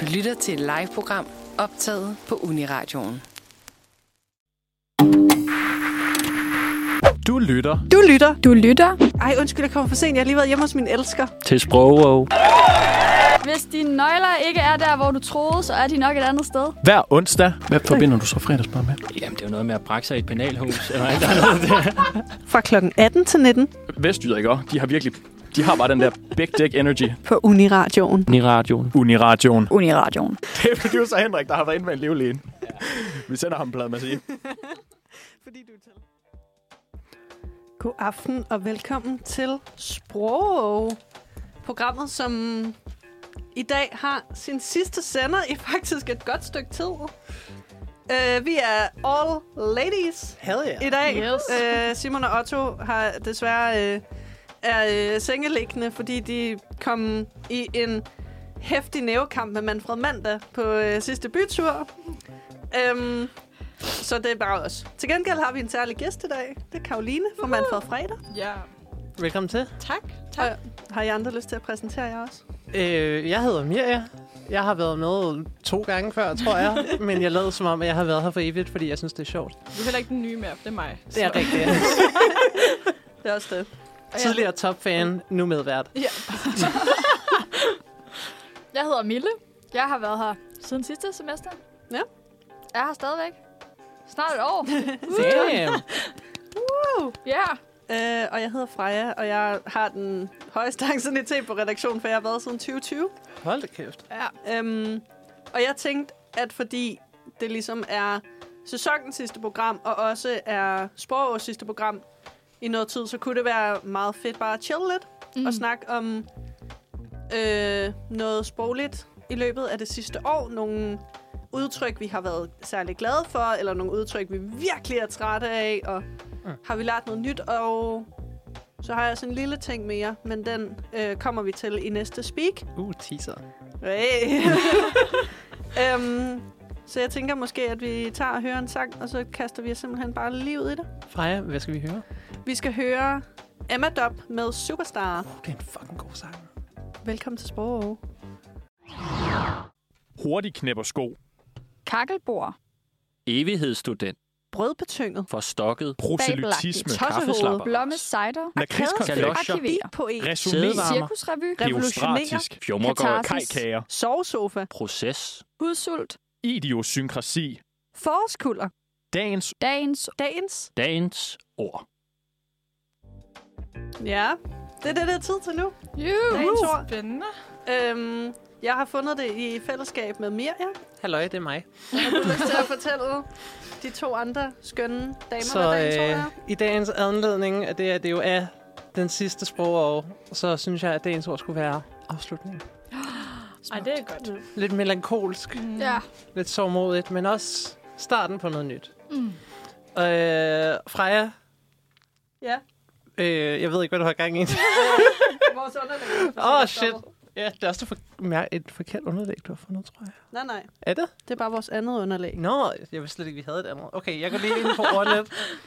Du lytter til et live-program optaget på Uniradioen. Du lytter. Ej, undskyld, jeg kommer for sent. Jeg har lige været hjemme hos min elsker. Til Sprogov. Hvis dine nøgler ikke er der, hvor du troede, så er de nok et andet sted. Hver onsdag. Hvad forbinder du så fredagsbar med? Jamen, det er jo noget med at brække sig i et penalhus. Eller der er noget der. Fra klokken 18 til 19 Vestjyder, ikke? De har bare den der big dick energy. på Uniradioen. Uniradioen. Uniradioen. Det er producer Henrik, der har været inde med en livlæge. Vi sender ham en plade med at sige. Fordi du til. God aften og velkommen til Sprog. Programmet, som i dag har sin sidste sender i faktisk et godt stykke tid. Vi er all ladies i dag. Yes. Simon og Otto har desværre er sengeliggende, fordi de kom i en heftig nævekamp med Manfred Mandag på sidste bytur. Så det er bare os. Til gengæld har vi en særlig gæst i dag. Det er Karoline fra Manfred Fredag. Ja. Velkommen til. Tak. Har I andre lyst til at præsentere jer også? Jeg hedder Mirja. Jeg har været med 2 gange før, tror jeg. Men jeg lader som om, at jeg har været her for evigt, fordi jeg synes, det er sjovt. Du er heller ikke den nye mere. Det er mig. Det er rigtigt. Det er også det. Tidligere topfan, nu medvært. Ja. Jeg hedder Mille. Jeg har været her siden sidste semester. Ja. Jeg er her stadigvæk. Snart et år. Damn. Ja. Og jeg hedder Freja, og jeg har den højeste anciennitet på redaktionen, for jeg har været siden 2020. Hold da kæft. Ja. Og jeg tænkte, at fordi det ligesom er sæsonens sidste program, og også er Sprogets sidste program i noget tid, så kunne det være meget fedt bare at chill lidt og snakke om noget sprogligt i løbet af det sidste år. Nogle udtryk, vi har været særlig glade for, eller nogle udtryk, vi virkelig er trætte af, og har vi lært noget nyt, og så har jeg sådan en lille ting mere, men den kommer vi til i næste speak. Teaser. Hey. Så jeg tænker måske, at vi tager og hører en sang, og så kaster vi simpelthen bare lige ud i det. Freja, hvad skal vi høre? Vi skal høre Emma Dobb med Superstar. Det er en fucking god sang. Velkommen til Sprog. Hurtig knæpper sko. Kakkelbord. Evighedsstudent. Brødbetynget. Forstokket. Proselytisme. Kaffeslapper. Blomme cider. Lakridskonfekt. Galoscher. Poet. Resumé. Cirkusrevy. Geostratisk. Fjummergård. Kajkager. Sovesofa. Proces. Hudsult. Idiosynkrasi. Forårskulder. Dagens. Dagens ord. Ja, det er tid til nu. Juhu. Spændende. Jeg har fundet det i fællesskab med Mirja. Halløj, det er mig. Har du lyst til at fortælle de 2 andre skønne damer, hvad dagens ord er? I dagens anledning af det jo er den sidste sprogår, så synes jeg, at dagens ord skulle være afslutning. Ej, det er godt. Lidt melankolsk. Ja. Lidt sårmodigt, men også starten på noget nyt. Freja, Ja. jeg ved ikke, hvad du har gang i. Vores underlæg. Shit. Ja, det er også et forkert underlæg, du har fundet, tror jeg. Nej. Er det? Det er bare vores andet underlæg. Nå, jeg vidste slet ikke, vi havde et andet. Okay, jeg går lige ind på ordnet.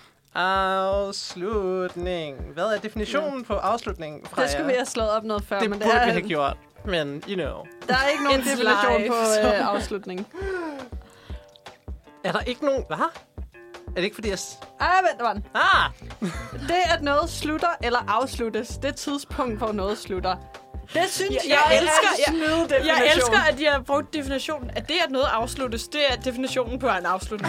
Afslutning. Hvad er definitionen på afslutning, Freja? Det skulle vi have slået op noget før. Det men burde det er, vi have gjort, men you know. Der er ikke nogen It's definition live, på så. afslutning. Er der ikke nogen... Hvad? Er det ikke fordi, jeg... Vent, der var den. Det, at noget slutter eller afsluttes, det er tidspunkt, hvor noget slutter. Det synes jeg elsker snydedefinition. Jeg elsker, at de har brugt definitionen, at det, at noget afsluttes, det er definitionen på en afslutning.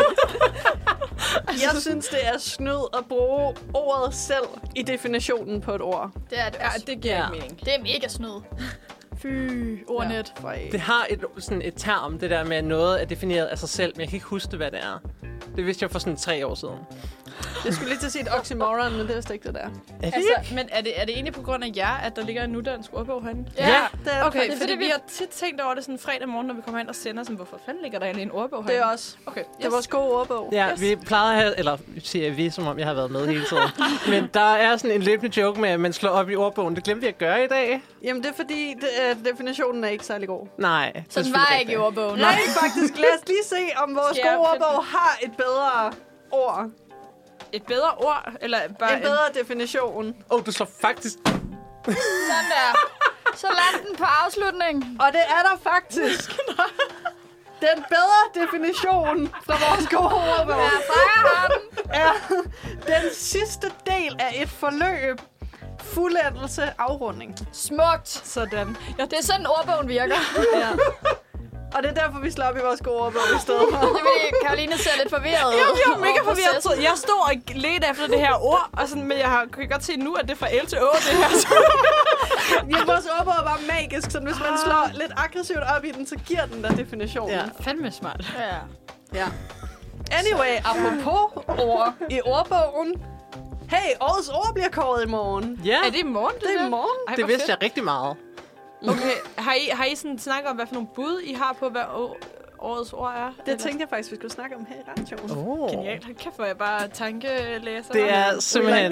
Jeg synes, det er snyd at bruge ordet selv i definitionen på et ord. Det er det Ja, også. det giver ikke mening. Det er mega snyd. Fy, ordnet. Det har et term, det der med, at noget er defineret af sig selv, men jeg kan ikke huske, hvad det er. Det vidste jeg for sådan 3 år siden. Jeg skulle lige til at sige et oxymoron, men det er vist ikke det der. Altså, men er det egentlig på grund af jer, at der ligger en nudansk ordbog herinde? Det er Okay, faktisk. fordi vi har tit tænkt over det sådan fredag morgen, når vi kommer ind og sender sådan, hvorfor fanden ligger der egentlig en ordbog Det herinde? er også. Okay, Det er vores gode ordbog. Ja, vi plejede at have, eller siger vi, som om jeg har været med hele tiden. Men der er sådan en løbende joke med, at man slår op i ordbogen. Det glemte vi at gøre i dag. Jamen, det er fordi, definitionen er ikke særlig god. Nej. Så den var ikke i ordbogen. Nej, faktisk. Lad os lige se, om vores gode ordbog har et bedre ord. Et bedre ord? Eller bare En bedre definition. Du slår faktisk... Sådan der. Så land den på afslutningen. Og det er der faktisk. Den bedre definition fra vores gode ordbog er den sidste del af et forløb. Fuldendelse, afrunding. Smukt. Sådan. Ja, det er sådan, ordbogen virker. Ja. Og det er derfor, vi slår op i vores gode ordbog i stedet. Det er fordi, Karoline ser lidt forvirret ud. Jeg er mega forvirret. Så jeg stod og ledte efter det her ord, og sådan, men kan godt se nu, at det er fra L til Å, det her. Ja, vores ordbog er bare magisk, så hvis man slår lidt aggressivt op i den, så giver den der definitionen. Ja. Fandme smart. Ja. Anyway, apropos ord i ordbogen. Hey, årets ord bliver kåret i morgen. Ja, Er det i morgen, Det er i morgen. Ej, det hvor vidste fedt. jeg rigtig meget. Okay, har I sådan snakket om, hvad for nogle bud I har på, hvad årets ord er? Det tænkte jeg faktisk, vi skulle snakke om her i radioen. Genialt. Hold kæft, hvor jeg bare tankelæser. Det er simpelthen...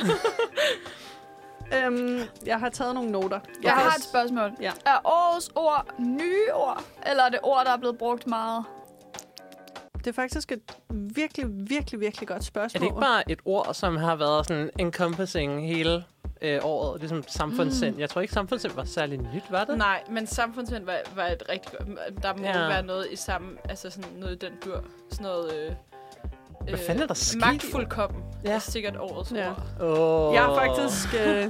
Jeg har taget nogle noter. Jeg har et spørgsmål. Ja. Er årets ord nye ord, eller er det ord, der er blevet brugt meget? Det er faktisk et virkelig, virkelig, virkelig godt Er spørgsmål. det ikke bare et ord, som har været sådan encompassing hele året? Ligesom samfundssind. Jeg tror ikke, samfundssind var særlig nyt, var det? Nej, men samfundssind var et rigtig godt... Der må være noget i sammen... Altså sådan noget i den dur. Sådan noget... Hvad fanden er der sket? Magtfuldkommen. Ja. Er sikkert årets Ja. ord. Jeg har faktisk...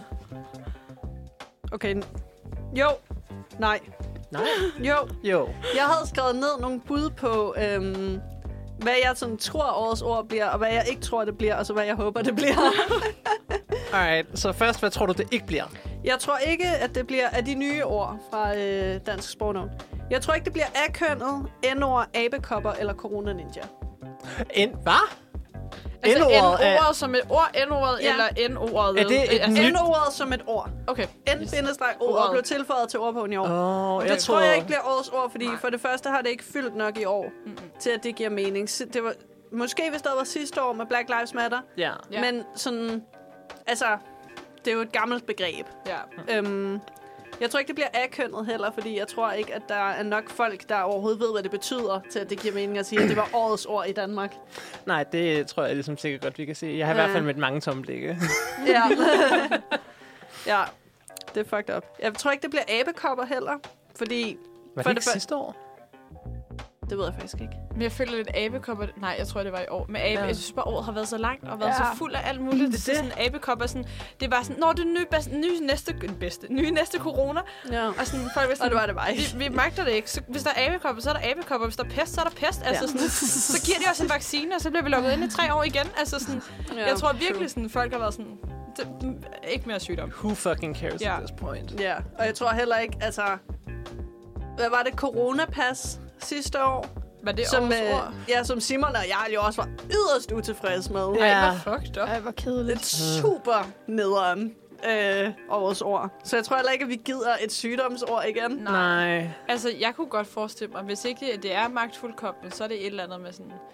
Okay. Jo. Nej. Nej. Jo. Jeg havde skrevet ned nogle bud på, hvad jeg sådan tror, årets ord bliver, og hvad jeg ikke tror, det bliver, og så hvad jeg håber, det bliver. Alright, så først, hvad tror du, det ikke bliver? Jeg tror ikke, at det bliver af de nye ord fra Dansk Sprognævn. Jeg tror ikke, det bliver A-kønnet, N-ord, abekopper eller corona ninja. Hvad? Altså N-ordet er- N-ordet som et ord, N-ordet Ja. eller N-ordet? Er det et altså, nyt- N-ordet som et ord. Okay. N-ordet blev tilføjet til ordbogen i år. Det tror jeg ikke bliver årets ord, fordi for det første har det ikke fyldt nok i år, til at det giver mening. Det var, måske hvis det var sidste år med Black Lives Matter, Ja. Ja. men sådan, altså, det er jo et gammelt begreb. Ja. Jeg tror ikke, det bliver A-kønnet heller, fordi jeg tror ikke, at der er nok folk, der overhovedet ved, hvad det betyder, til at det giver mening at sige, at det var årets ord i Danmark. Nej, det tror jeg ligesom sikkert godt, vi kan se. Jeg har i hvert fald med mange tomme blikke. Ja. Ja, det er fucked up. Jeg tror ikke, det bliver abekopper heller, fordi... Var for det ikke det sidste år? Det ved jeg faktisk ikke. Men jeg føler lidt abekopper... Nej, jeg tror, det var i år. Men jeg synes bare, året har været så langt og været så fuld af alt muligt. Det er sådan abekopper sådan... Det var sådan, når det nye næste corona. Ja. Og sådan, folk var sådan, Og det var det bare ikke. Vi magter det ikke. Så, hvis der er abekopper, så er der abekopper. Hvis der er pest, så er der pest. Altså, sådan, så giver de os en vaccine, og så bliver vi lukket ind i 3 år igen. Altså, sådan, jeg tror virkelig, sådan, folk har været sådan... ikke mere sygdom. Who fucking cares Ja. at this point? Ja, og jeg tror heller ikke, altså... Hvad var det? Coronapas sidste år? Var det som, årets ord? Ja, som Simon og jeg jo også var yderst utilfreds med. Ej, hvor fucked up. Ej, hvor kedeligt. Et super nederen årets ord. Så jeg tror heller ikke, at vi gider et sygdomsord igen. Nej. Altså, jeg kunne godt forestille mig, hvis ikke det er magtfuldkommen, så er det et eller andet med sådan...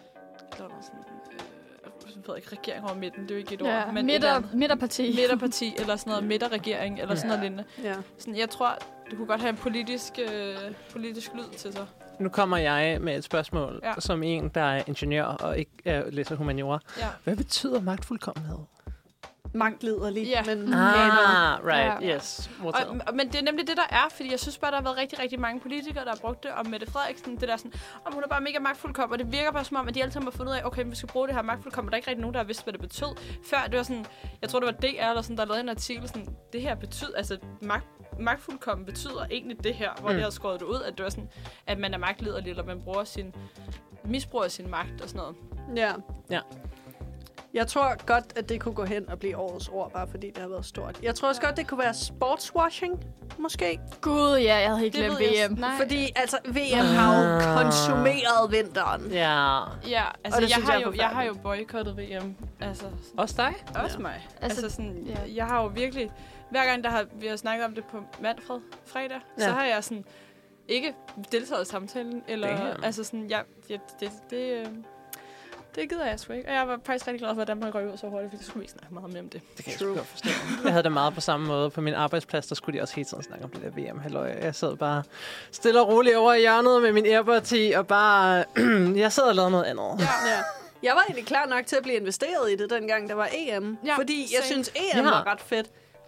jeg ved ikke, regering over midten, det er jo ikke et Ja, ord. Men midterparti. Midterparti, eller sådan noget midterregering, eller sådan noget lignende. Ja. Sådan, jeg tror, du kunne godt have en politisk lyd til sig. Nu kommer jeg med et spørgsmål, som en, der er ingeniør og ikke læser humaniora. Ja. Hvad betyder magtfuldkommenhed? Magtliderlig, Ja. men... Right, Ja. yes. Men det er nemlig det, der er, fordi jeg synes bare, der har været rigtig, rigtig mange politikere, der har brugt det, og Mette Frederiksen, det der sådan, om hun er bare mega magtfuldkommen, og det virker bare som om, at de alle sammen har fundet ud af, okay, vi skal bruge det her magtfuldkommen, og der er ikke rigtig nogen, der har vidst, hvad det betød. Før, det var sådan, jeg tror, det var DR, eller sådan, der lavede en artikel, sådan, det her betyder, altså magtfuldkommen betyder egentlig det her, hvor det har skåret det ud, at det var sådan, at man er magtliderlig, eller man misbruger sin magt og sådan noget. Ja. Jeg tror godt, at det kunne gå hen og blive årets ord, bare fordi det har været stort. Jeg tror også godt, det kunne være sportswashing, måske. Gud, ja, jeg havde helt glemt VM. Nej. Fordi altså, VM har jo konsumeret vinteren. Ja. Ja, altså Og det jeg synes jeg er har jo boykottet VM. Altså, Også dig? også mig. Altså, Altså sådan, ja. jeg har jo virkelig... Hver gang, vi har snakket om det på Manfred fredag, så har jeg sådan ikke deltaget i samtalen. Eller, altså sådan, det gider jeg sgu ikke. Og jeg var faktisk rigtig glad for, at Danmark røg ud så hurtigt, fordi så skulle vi ikke snakke meget mere om det. Det kan jeg sgu godt forstå. Jeg havde det meget på samme måde. På min arbejdsplads, der skulle de også hele tiden snakke om det der VM-halløj. Jeg sad bare stille og roligt over i hjørnet med min Airbuds og bare... jeg sad og lavede noget andet. Ja. Jeg var egentlig klar nok til at blive investeret i det, dengang der var EM. Ja, fordi jeg same. synes, EM var ret fedt.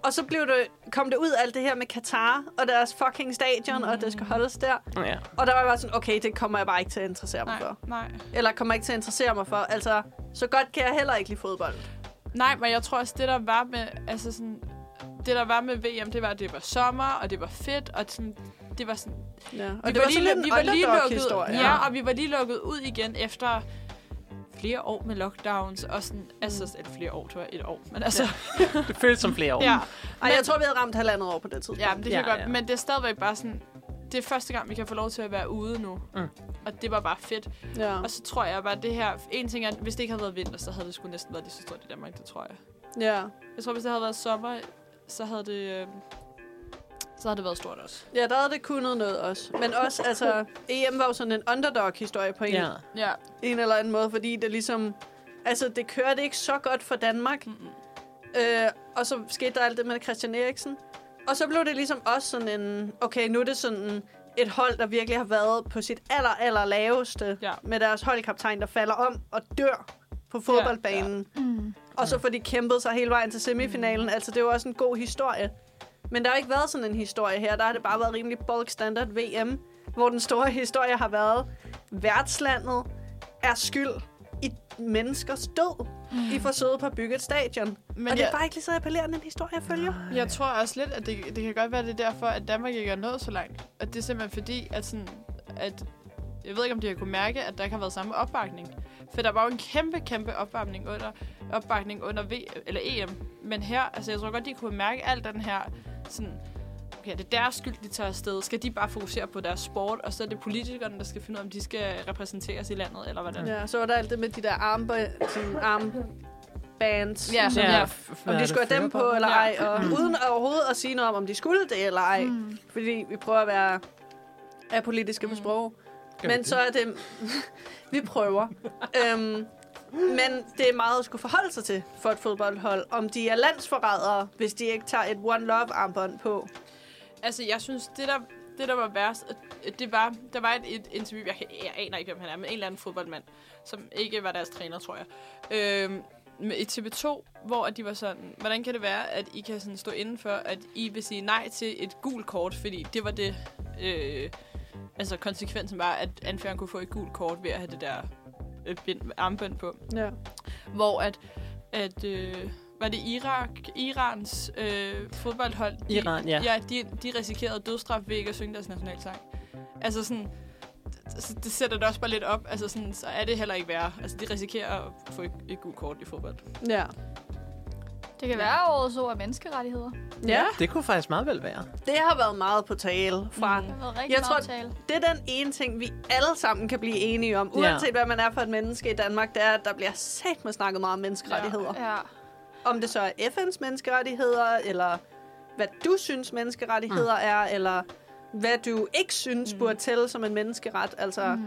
Og så kom det ud alt det her med Katar og deres fucking stadion, og det skal holdes der. Ja. Og der var jeg bare sådan, okay, det kommer jeg bare ikke til at interessere mig for. Nej. Eller kommer ikke til at interessere mig for. Altså, så godt kan jeg heller ikke lide fodbold. Nej, men jeg tror også, det der var med, altså sådan, det der var med VM, det var, at det var sommer, og det var fedt, og sådan, det var sådan... Ja. Og det var sådan lidt en underdog-historie. Ja, og vi var lige lukket ud igen efter flere år med lockdowns, og sådan, altså, eller flere år, det var 1 år, men altså... Det føles som flere år. Ja. Ej, jeg tror, vi havde ramt 1,5 år på det tidspunkt. Ja, det kan godt, ja. men det er stadigvæk bare sådan, det er første gang, vi kan få lov til at være ude nu, og det var bare fedt. Ja. Og så tror jeg bare, det her, en ting er, hvis det ikke havde været vinter, så havde det sgu næsten været lige så stort i Danmark, det tror jeg. Ja. Jeg tror, hvis det havde været sommer, så havde det været stort også. Ja, der havde det kunnet noget også. Men også, altså, EM var jo sådan en underdog-historie på Ja. en eller anden måde, fordi det ligesom... Altså, det kørte ikke så godt for Danmark. Og så skete der alt det med Christian Eriksen. Og så blev det ligesom også sådan en... Okay, nu er det sådan et hold, der virkelig har været på sit aller laveste. Ja. Med deres holdkaptajn, der falder om og dør på fodboldbanen. Ja. Og så får de kæmpet sig hele vejen til semifinalen. Altså, det er jo også en god historie. Men der har ikke været sådan en historie her. Der har det bare været rimelig bulk standard VM, hvor den store historie har været, værtslandet er skyld i menneskers død i forsøget på at bygge et stadion. Men og det er bare ikke lige så appellerende en historie, jeg følger. Jeg tror også lidt, at det kan godt være, det er derfor, at Danmark ikke er nået så langt. Og det er simpelthen fordi, at jeg ved ikke, om de har kunne mærke, at der ikke har været samme opbakning. For der var jo en kæmpe opbakning under eller EM. Men her, altså jeg tror godt, de kunne mærke alt den her sådan, okay, det er deres skyld, de tager afsted. Skal de bare fokusere på deres sport, og så er det politikerne, der skal finde ud af, om de skal repræsenteres i landet, eller hvordan? Ja, så var der alt det med de der armbands. Ja, om de skulle have dem på, eller ej. Og uden overhovedet at sige noget om de skulle det, eller ej. Fordi vi prøver at være apolitiske på sprog. Men så er det... vi prøver. Men det er meget at skulle forholde sig til for et fodboldhold. Om de er landsforrædere, hvis de ikke tager et One Love-armbånd på. Altså, jeg synes, det der var værst, der var et interview, jeg aner ikke, hvem han er, men en eller anden fodboldmand, som ikke var deres træner, tror jeg. Med et TV2, hvor de var sådan, hvordan kan det være, at I kan sådan stå inden for, at I vil sige nej til et gult kort, fordi det var det... altså, konsekvensen var, at anføreren kunne få et gult kort ved at have det der armbånd på. Ja. Hvor at var det Irans fodboldhold? Iran, ja. Ja, de risikerede dødsstraf ved ikke at synge deres nationalsang. Altså sådan, det sætter det også bare lidt op. Altså sådan, så er det heller ikke værre. Altså de risikerer at få et gult kort i fodbold. Ja. Det kan være årets ord af menneskerettigheder. Ja. Det kunne faktisk meget vel være. Det har været meget på tale fra. Det har været rigtig meget på tale. Det er den ene ting, vi alle sammen kan blive enige om. Uanset hvad man er for et menneske i Danmark, det er, at der bliver satme snakket meget om menneskerettigheder. Ja. Om det så er FN's menneskerettigheder, eller hvad du synes menneskerettigheder er, eller hvad du ikke synes burde tælle som en menneskeret. Altså,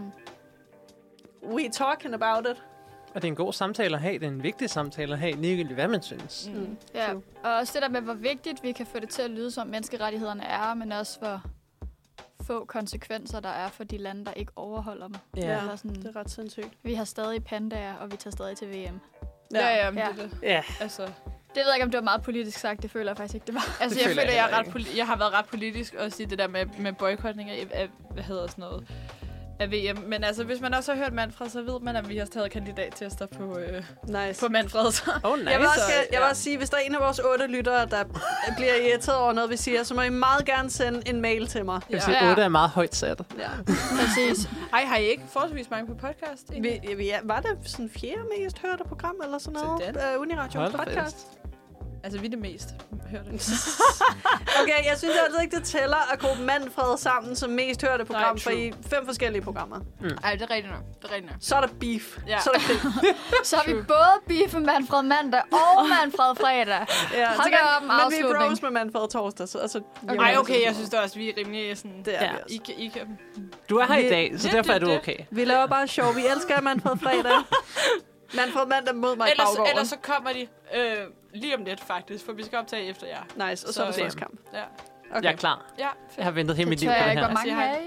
we talking about it. Og det er en god samtale at have. Det er en vigtig samtale at have, ligegyldigt hvad man synes. Ja, og også det der med, hvor vigtigt vi kan få det til at lyde som menneskerettighederne er, men også hvor få konsekvenser der er for de lande, der ikke overholder dem. Ja, sådan, det er ret sindssygt. Vi har stadig pandaer, og vi tager stadig til VM. Ja. Det er det. Ja. Altså, det ved jeg ikke, om det var meget politisk sagt. Det føler jeg faktisk ikke, det var. Altså, jeg føler, jeg har været ret politisk også i det der med boykotning af hvad hedder sådan noget, af VM. Men altså, hvis man også har hørt Manfred, så ved man, at vi har taget kandidattester på, på Manfred. Så. Nice. Jeg vil også sige, hvis der er en af vores 8 lyttere, der bliver irriteret over noget, vi siger, så må I meget gerne sende en mail til mig. Jeg vil sige, 8 er meget højt sat. Ja, præcis. Ej, har I ikke forholdsvis mange på podcast? Var det sådan 4. mest hørte program, eller sådan noget? Uniradio podcast? Altså, vi er det mest hørte. Okay, jeg synes altså ikke, det tæller at gruppe Manfred sammen som mest hørte program, for I 5 forskellige programmer. Ej, det er rigtigt nok. Så er der beef. Ja. Så er der krig. Så har vi både beef med Manfred mandag og Manfred fredag. Ja, men vi er bros med Manfred torsdag. Så Ej, okay, jeg synes da også, vi er rimelig sådan... Det er I kan... Du er her i dag, så derfor er du okay. Vi laver bare sjov. Vi elsker Manfred fredag. Manfred mandag mod mig i baggården. Ellers så kommer de lige om lidt, faktisk, for vi skal optage efter jer. Nice, og så er det første kamp. Ja. Okay. Jeg er klar. Ja, jeg har ventet hele mit liv på det her. Hvor mange har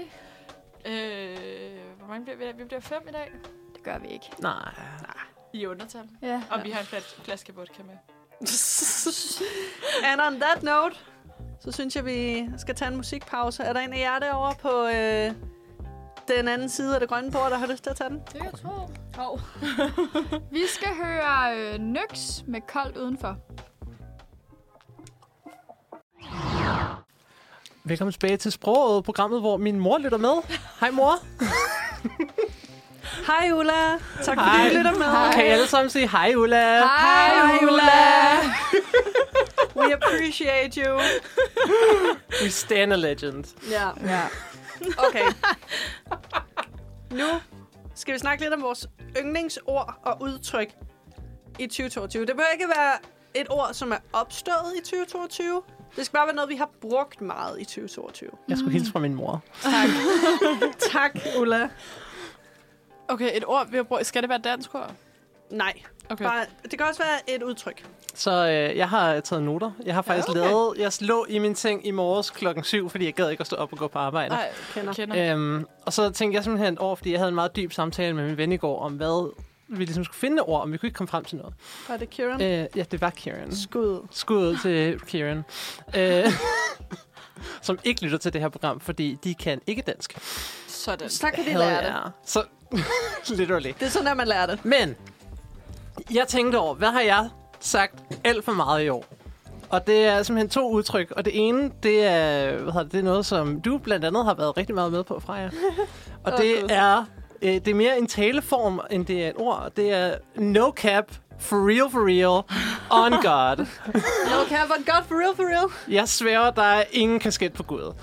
I? Hvor mange bliver vi? Vi bliver 5 i dag. Det gør vi ikke. Nej. I undertal. Ja. Og vi har en flaske vodka med. And on that note, så synes jeg, vi skal tage en musikpause. Er der en af jer derovre på den anden side af det grønne bord, der har lyst til at tage den? Det kan jeg tro. Vi skal høre Nyx med Koldt Udenfor. Velkommen tilbage til Sproget, programmet, hvor min mor lytter med. Hej, mor. Hej, Ulla. Tak fordi du lytter med. Kan I alle sammen sige hej, Ulla? Hej, Ulla. We appreciate you. We stand a legend. Ja. Okay. Nu skal vi snakke lidt om vores yndlingsord og udtryk i 2022. Det bør ikke være et ord, som er opstået i 2022. Det skal bare være noget, vi har brugt meget i 2022. Jeg skulle hilse fra min mor. Tak, Ulla. Okay, et ord, vi har brugt. Skal det være dansk ord? Nej. Okay. Bare, det kan også være et udtryk. Så jeg har taget noter. Jeg har faktisk lavet... Jeg lå i min seng i morges 7:00, fordi jeg gad ikke at stå op og gå på arbejde. Nej, kender. Og så tænkte jeg simpelthen over, fordi jeg havde en meget dyb samtale med min ven i går, om hvad vi ligesom skulle finde ord, om vi kunne ikke komme frem til noget. Var det Kieran? Ja, det var Kieran. Skud til Kieran. Som ikke lytter til det her program, fordi de kan ikke dansk. Sådan. Så kan de lære det. Så, literally. Det er sådan, at man lærer det. Men, jeg tænkte over, hvad har jeg sagt alt for meget i år? Og det er simpelthen 2 udtryk. Og det ene, det er, det er noget, som du blandt andet har været rigtig meget med på, Freja. Og det er mere en taleform, end det er et ord. Det er no cap, for real, on God. No cap, on God, for real. Jeg sværger, der er ingen kasket på Gud.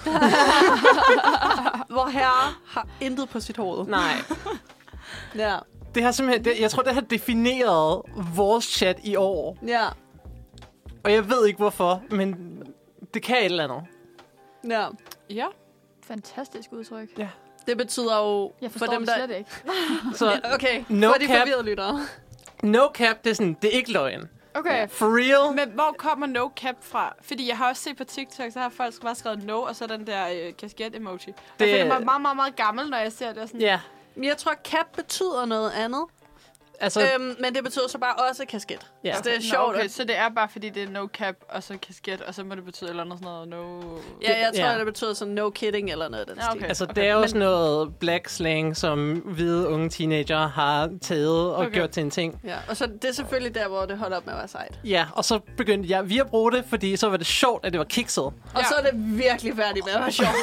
Hvor herre har intet på sit hoved. Nej. Ja. Det har simpelthen, jeg tror, det har defineret vores chat i år. Ja. Og jeg ved ikke hvorfor, men det kan et eller andet. Ja. Ja. Fantastisk udtryk. Ja. Det betyder jo... Jeg forstår for dem, det slet ikke. Så okay, no for de cap, forvirrede lyttere. No cap, det er sådan, det er ikke løgn. Okay. For real. Men hvor kommer no cap fra? Fordi jeg har også set på TikTok, så har folk bare skrevet no, og så den der kasket-emoji. Jeg føler mig meget, meget, meget gammel, når jeg ser det. Sådan. Ja. Jeg tror, cap betyder noget andet. Altså, men det betyder så bare også kasket. Ja. Altså, det er sjovt. Okay, så det er bare fordi, det er no cap, og så kasket, og så må det betyde eller andet sådan noget no... Ja, jeg tror, det betyder sådan no kidding eller noget af den stil. Altså, det er jo sådan noget black slang, som hvide unge teenager har taget og gjort til en ting. Ja, og så det er selvfølgelig der, hvor det holder op med at være sejt. Ja, og så begyndte vi at bruge det, fordi så var det sjovt, at det var kikset. Og så er det virkelig færdigt med at være sjovt.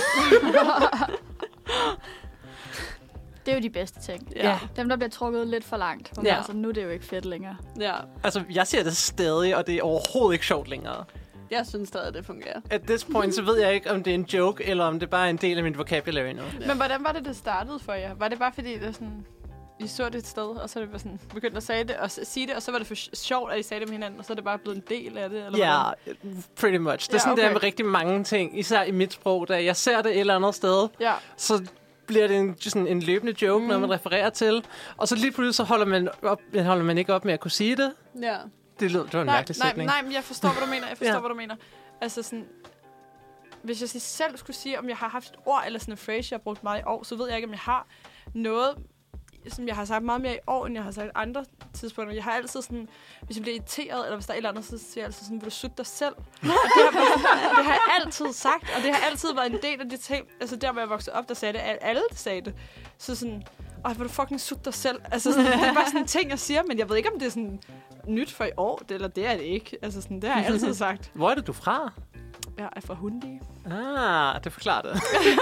Det er jo de bedste ting. Ja. Dem, der bliver trukket lidt for langt. Ja. Altså, nu er det jo ikke fedt længere. Ja. Altså, jeg ser det stadig, og det er overhovedet ikke sjovt længere. Jeg synes stadig, det fungerer. At this point, så ved jeg ikke, om det er en joke, eller om det bare er en del af mit vocabulary nu. Ja. Men hvordan var det startede for jer? Var det bare fordi, det sådan, I så det et sted, og så det var sådan, begyndte at sige det, og så var det for sjovt, at I sagde det med hinanden, og så er det bare blevet en del af det? Eller Ja, pretty much. Det er sådan, det er med rigtig mange ting, især i mit sprog, da jeg ser det et eller andet sted, så bliver det en løbende joke, når man refererer til. Og så lige pludselig så holder man ikke op med at kunne sige det. Ja. Det var en mærkelig sætning. Nej, men jeg forstår, hvad du mener. Hvad du mener. Altså sådan, hvis jeg selv skulle sige, om jeg har haft et ord eller sådan en phrase, jeg har brugt meget i år, så ved jeg ikke, om jeg har noget, som jeg har sagt meget mere i år, end jeg har sagt andre tidspunkter. Jeg har altid sådan, hvis jeg bliver irriteret, eller hvis der er et eller andet, så siger jeg altid sådan, vil du sutte dig selv? Og det har jeg altid sagt, og det har altid været en del af de ting. Altså der, hvor jeg voksede op, der sagde det, alle sagde det. Så sådan, vil du fucking sutte dig selv? Altså sådan, det er bare sådan en ting, jeg siger, men jeg ved ikke, om det er sådan nyt for i år, eller det er det ikke. Altså sådan, det har jeg altid sagt. Hvor er det, du fra? Jeg er fra Hundi. Det forklarer det.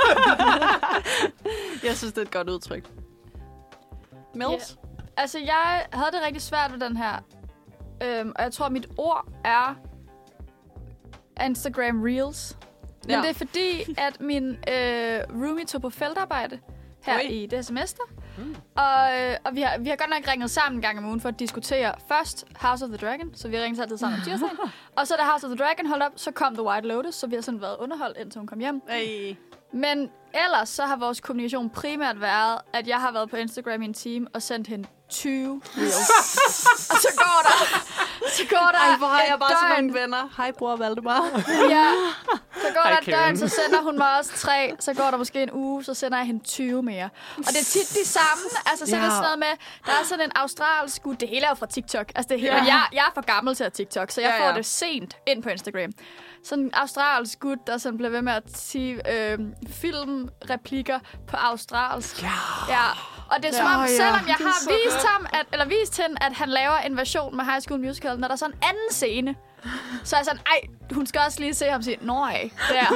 Jeg synes, det er et godt udtryk. Mills? Yeah. Altså, jeg havde det rigtig svært med den her. Og jeg tror, mit ord er Instagram Reels. Men det er fordi, at min roomie tog på feltarbejde her i det her semester. Og vi har godt nok ringet sammen en gang om ugen for at diskutere først House of the Dragon, så vi har ringet altid sammen om tirsdagen. Og så da House of the Dragon holdt op, så kom The White Lotus, så vi har sådan været underholdt, indtil hun kom hjem. Hey. Men ellers så har vores kommunikation primært været, at jeg har været på Instagram i en time og sendt hende 20 reels. Og så går der Ej, hvor har jeg bare så mange venner. Hej, bror Valdemar. Ja, Så går der et døgn, så sender hun mig også 3. Så går der måske en uge, så sender jeg hende 20 mere. Og det er tit de samme. Altså, så er det sådan noget med, der er sådan en australsk gut. Det hele er jo fra TikTok. Altså, det hele, jeg er for gammel til at TikTok, så jeg får det sent ind på Instagram. Sådan en australsk gut, der sådan bliver ved med at sige filmreplikker på australsk. Ja. Og det er som om, selvom jeg har vist hende, at han laver en version med High School Musical, når der er sådan en anden scene, så er jeg sådan, hun skal også lige se ham sige, der.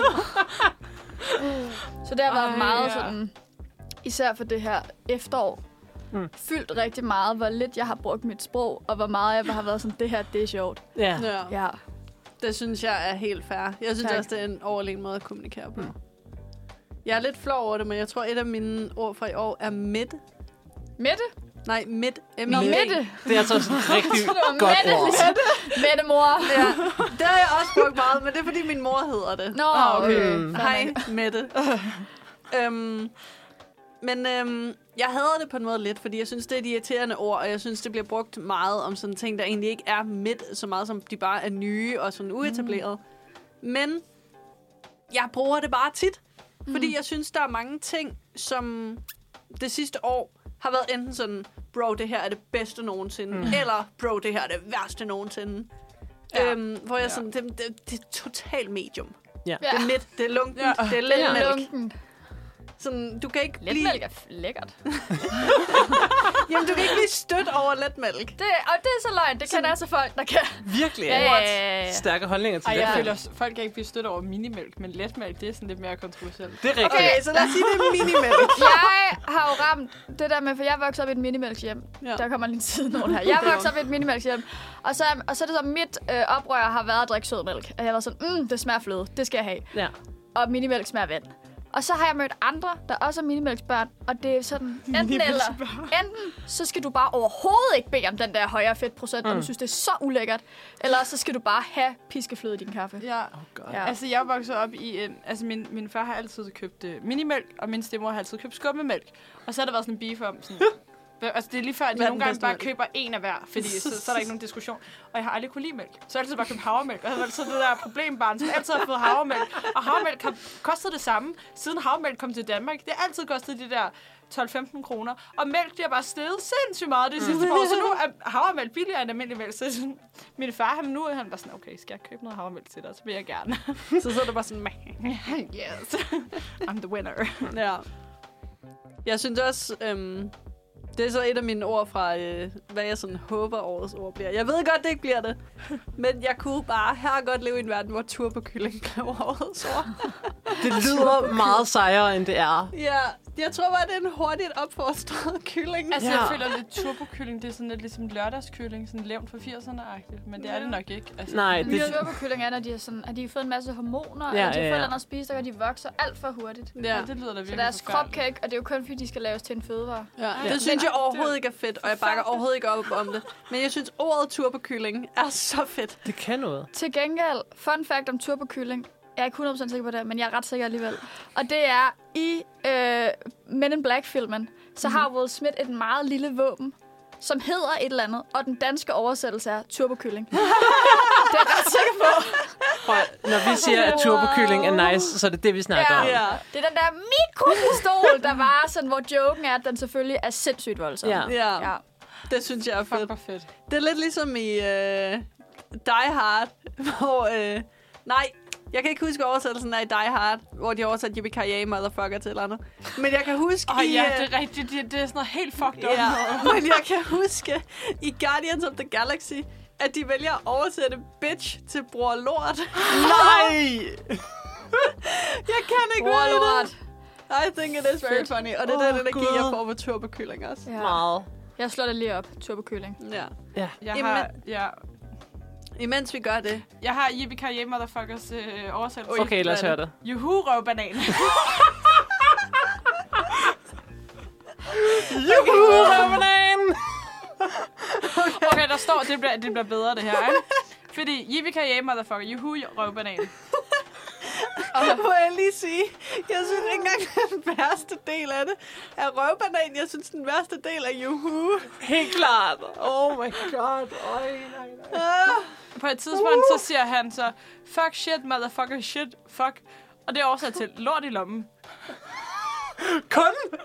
Så det har været meget sådan, især for det her efterår, fyldt rigtig meget, hvor lidt jeg har brugt mit sprog, og hvor meget jeg har været sådan, det her, det er sjovt. Ja. Det synes jeg er helt fair. Jeg synes også, det er en overlegen måde at kommunikere på. Jeg er lidt flov over det, men jeg tror, et af mine ord fra i år er midte. Midte? Nej, midt. Midte. Det er altså sådan et rigtig godt ord. Midte, mor. Ja. Det har jeg også brugt meget, men det er, fordi min mor hedder det. Nå, okay. Hej, Mette. Men jeg hader det på en måde lidt, fordi jeg synes, det er et irriterende ord, og jeg synes, det bliver brugt meget om sådan ting, der egentlig ikke er midt, så meget som de bare er nye og sådan uetableret. Men jeg bruger det bare tit, fordi jeg synes, der er mange ting, som det sidste år har været enten sådan, bro, det her er det bedste nogensinde, eller bro, det her er det værste nogensinde. Hvor jeg sådan, det er total medium. Ja. Det er midt, det er lunkent, det er letmælk. Sådan, du kan ikke letmælk er lækkert. Jamen, du kan ikke blive stødt over letmælk. Og det er så løgn. Det kan altså folk, der kan. Virkelig? Ja. Stærke holdninger til jeg føler, folk kan ikke blive stødt over minimælk, men letmælk, det er sådan lidt mere kontroversielt. Det er rigtigt. Okay, så lad os sige, det er minimælk. Jeg har jo ramt det der med, for jeg voksede op i et minimælkshjem. Ja. Der kommer lige en sidenote her. Jeg voksede op i et minimælkshjem. Og så er det så, mit oprør har været at drikke sødmælk. Og jeg var sådan, det smager fløde. Det skal jeg have. Ja. Og minimælk smager vand. Og så har jeg mødt andre, der også er minimælksbørn, og det er sådan, enten så skal du bare overhovedet ikke bede om den der højere fedtprocent, og du synes, det er så ulækkert, eller så skal du bare have piskefløde i din kaffe. Ja. Altså, jeg voksede op i en... Altså, min far har altid købt minimælk, og min stemmor har altid købt skummemælk. Og så har der været sådan en beef om sådan... Altså, det er lige før, at de nogle gange bare køber en af hver, fordi så er der ikke nogen diskussion. Og jeg har aldrig kunne lide mælk. Så jeg har altid bare købt havremælk. Og jeg havde altid det der problembarn, som altid har fået havremælk. Og havremælk har kostet det samme, siden havremælk kom til Danmark. Det har altid kostet de der 12-15 kroner. Og mælk, det har bare steget sindssygt meget det sidste år. Så nu er havremælk billigere end almindelig mælk. Så min far, han var sådan, okay, skal jeg købe noget havremælk til dig? Så vil jeg gerne. Så er det bare sådan, yes, I'm the winner. Ja. Jeg synes også... Det er så et af mine ord fra, hvad jeg sådan håber årets ord bliver. Jeg ved godt, det ikke bliver det. Men jeg kunne bare her godt leve i en verden, hvor turbokylling blev årets ord. Det lyder meget sejere, end det er. Ja, jeg tror bare, det er en hurtigt opfostret kylling. Altså, jeg føler lidt turbokylling, det er sådan lidt ligesom lørdagskylling, sådan levnt fra 80'erne-agtigt. Men det er det nok ikke. Altså, nej, det... Turbokylling er, når de har fået en masse hormoner, og de har fået noget at spise, og de vokser alt for hurtigt. Ja, det lyder da virkelig. Så deres krop kan ikke, og det er jo kun, fordi de skal laves til en fødevare. Ja. Det synes jeg overhovedet ikke er fedt, og jeg bakker overhovedet ikke op om det. Men jeg synes, ordet turbokylling er så fedt. Det kan noget. Til gengæld, fun fact om turbokylling. Jeg er ikke 100% sikker på det, men jeg er ret sikker alligevel. Og det er, i Men in Black-filmen, så har Will Smith et meget lille våben, som hedder et eller andet, og den danske oversættelse er turbokylling. Det er jeg ret sikker på. Når vi siger, at turbokylling er nice, så er det det, vi snakker om. Ja. Det er den der mikropistol, der var sådan, hvor joken er, at den selvfølgelig er sindssygt voldsom. Ja. Det synes jeg er fedt. Det er lidt ligesom i Die Hard, hvor... nej, jeg kan ikke huske oversættelsen af Die Hard, hvor de har oversat Yippee-ki-yay, motherfucker til eller andet. Men jeg kan huske ja, det er rigtigt. Det er sådan noget helt fucked up. Ja, men jeg kan huske i Guardians of the Galaxy, at de vælger at oversætte bitch til bror lort. Nej! Jeg kan ikke bror lort. I think it is very funny. Og det er den energi, jeg får på turbokylling også. Ja. Meget. Jeg slår det lige op. Turbokylling. Ja. Imens vi gør det. Jeg har Yippee-ki-yay motherfuckers oversættelse. Okay, lad os høre det. Juhu, røvbanan. Juhu, røvbanan! Okay, der står, det bliver bedre det her, ikke? Fordi Yippee-ki-yay motherfucker, juhu, røvbanan. Må jeg lige sige, jeg synes ikke engang, den værste del af det er røvbanan. Jeg synes, den værste del er juhu. Helt klart. Oh my god. Nej. På et tidspunkt, så siger han så, fuck shit, motherfucker shit, fuck. Og det er også til lort i lommen. Kun?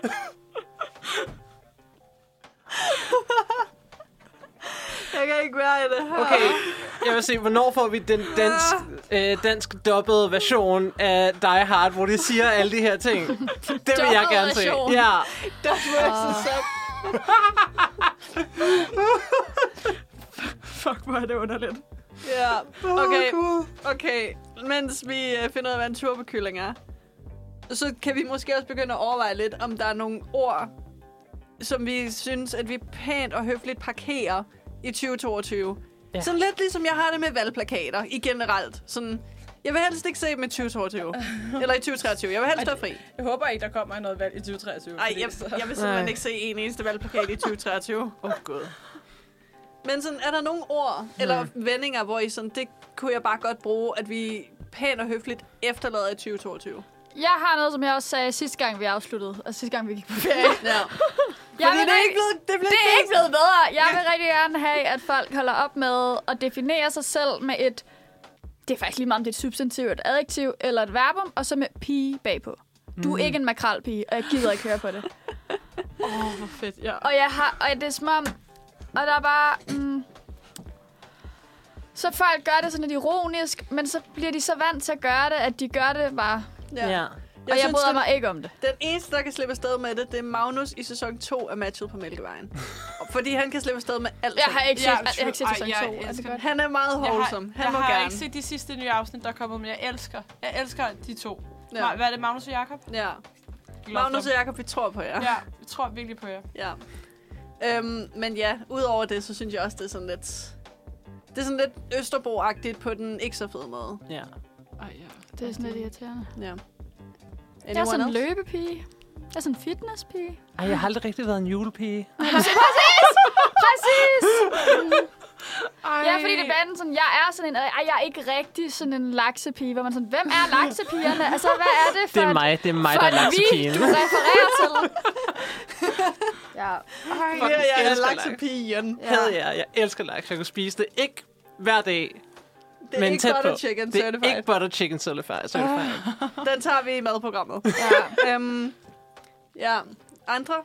Jeg kan ikke være i det her. Okay, jeg vil se, hvornår får vi den dansk dubbede version af Die Hard, hvor de siger alle de her ting. Det vil jeg gerne se. Ja. That's versus Fuck, hvor er det underligt. Ja, okay. Mens vi finder ud af, hvad en turbokylling er, så kan vi måske også begynde at overveje lidt, om der er nogle ord, som vi synes, at vi pænt og høfligt parkerer i 2022. Ja. Sådan lidt ligesom jeg har det med valgplakater i generelt. Sådan, jeg vil helst ikke se dem i 2022. Eller i 2023. Jeg vil helst være fri. Jeg håber ikke, der kommer noget valg i 2023. Nej, jeg vil simpelthen ikke se en eneste valgplakat i 2023. Gud. Men sådan, er der nogle ord eller vendinger, hvor I sådan, det kunne jeg bare godt bruge, at vi pænt og høfligt efterlader i 2022? Jeg har noget, som jeg også sagde sidste gang, vi afsluttede. Og sidste gang, vi gik på ferie. Ja. Fordi det er ikke blevet bedre. Jeg vil rigtig gerne have, at folk holder op med at definere sig selv med et... Det er faktisk lige meget, om det er et substantiv, et adjektiv eller et verbum, og så med pige bagpå. Du er ikke en makrelpige, og jeg gider ikke høre på det. Hvor fedt, ja. Og det er som om... Og der er bare... Så folk gør det sådan lidt ironisk, men så bliver de så vant til at gøre det, at de gør det bare... Ja. Og jeg bryder mig ikke om det. Den eneste, der kan slippe afsted med det, det er Magnus i sæson 2 af Matchet på Mælkevejen. Fordi han kan slippe afsted med alt. Jeg har ikke set sæson 2. Han er meget wholesome. Han må gerne. Jeg har ikke set de sidste nye afsnit, der er kommet, men jeg elsker de to. Ja. Hvad er det, Magnus og Jakob? Ja. Magnus og Jakob, vi tror på jer. Ja, vi tror virkelig på jer. Ja. Men ja, udover det, så synes jeg også, det er sådan lidt... Det er sådan lidt Østerbro-agtigt på den ikke så fede måde. Ja. Det er sådan lidt irriterende. Ja. Jeg er sådan en løbepige. Jeg er sådan en fitnesspige. Ej, jeg har aldrig rigtig været en julepige. Præcis! Ja, fordi det er sådan, jeg er sådan en... jeg er ikke rigtig sådan en laksepige, hvor man sådan, hvem er laksepigerne? Altså, hvad er det for Det er mig, der er laksepigen. du refererer til? Ja. Jeg er laksepigen. Jeg elsker laks. Jeg kunne spise det ikke hver dag. Det er men ikke butter chicken certified. Det er ikke butter chicken certified. Den tager vi i madprogrammet. Ja. Andre?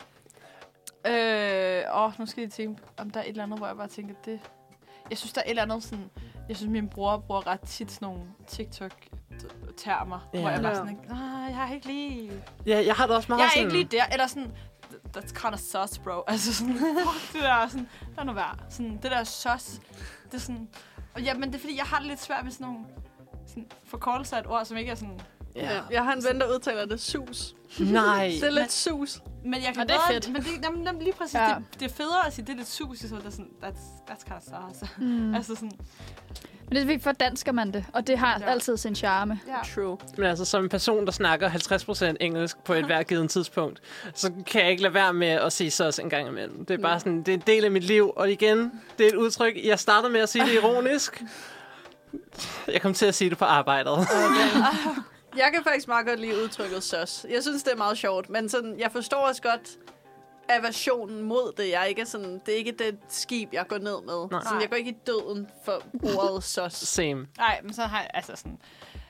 Nu skal jeg tænke, om der er et eller andet, hvor jeg bare tænker, det... Jeg synes, der er et eller andet sådan... Jeg synes, min bror bruger ret tit sådan nogle TikTok-termer, hvor jeg bare sådan, jeg har ikke lige... Ja, jeg har det også meget sådan... Jeg er ikke lige der, eller sådan... That's kind of sus, bro. Altså sådan, det der sådan... Der er noget værd. Sådan, det der sus, det er sådan... Og ja, men det er fordi, jeg har det lidt svært med sådan nogle... Sådan forkortelser af et ord, som ikke er sådan... Ja. Jeg har en ven, der udtaler det sus. Nej. Det er lidt sus. Men jeg kan det er fedt. Men det, lige præcis, det er federe at sige, det er lidt sus, så det er sådan, that's kind of sus. Altså sådan... Men det er fordi, for dansker man det, og det har altid sin charme. Ja. True. Men altså, som en person, der snakker 50% engelsk på et hver givet tidspunkt, så kan jeg ikke lade være med at sige så en gang imellem. Det er bare sådan, det er en del af mit liv, og igen, det er et udtryk. Jeg startede med at sige det ironisk. Jeg kom til at sige det på arbejdet. Okay. Jeg kan faktisk meget godt lide udtrykket søs. Jeg synes, det er meget sjovt, men sådan, jeg forstår også godt aversionen mod det. Jeg er ikke sådan, det er ikke det skib, jeg går ned med. Sådan, jeg går ikke i døden for ordet søs. Same. Nej, men så har jeg altså sådan...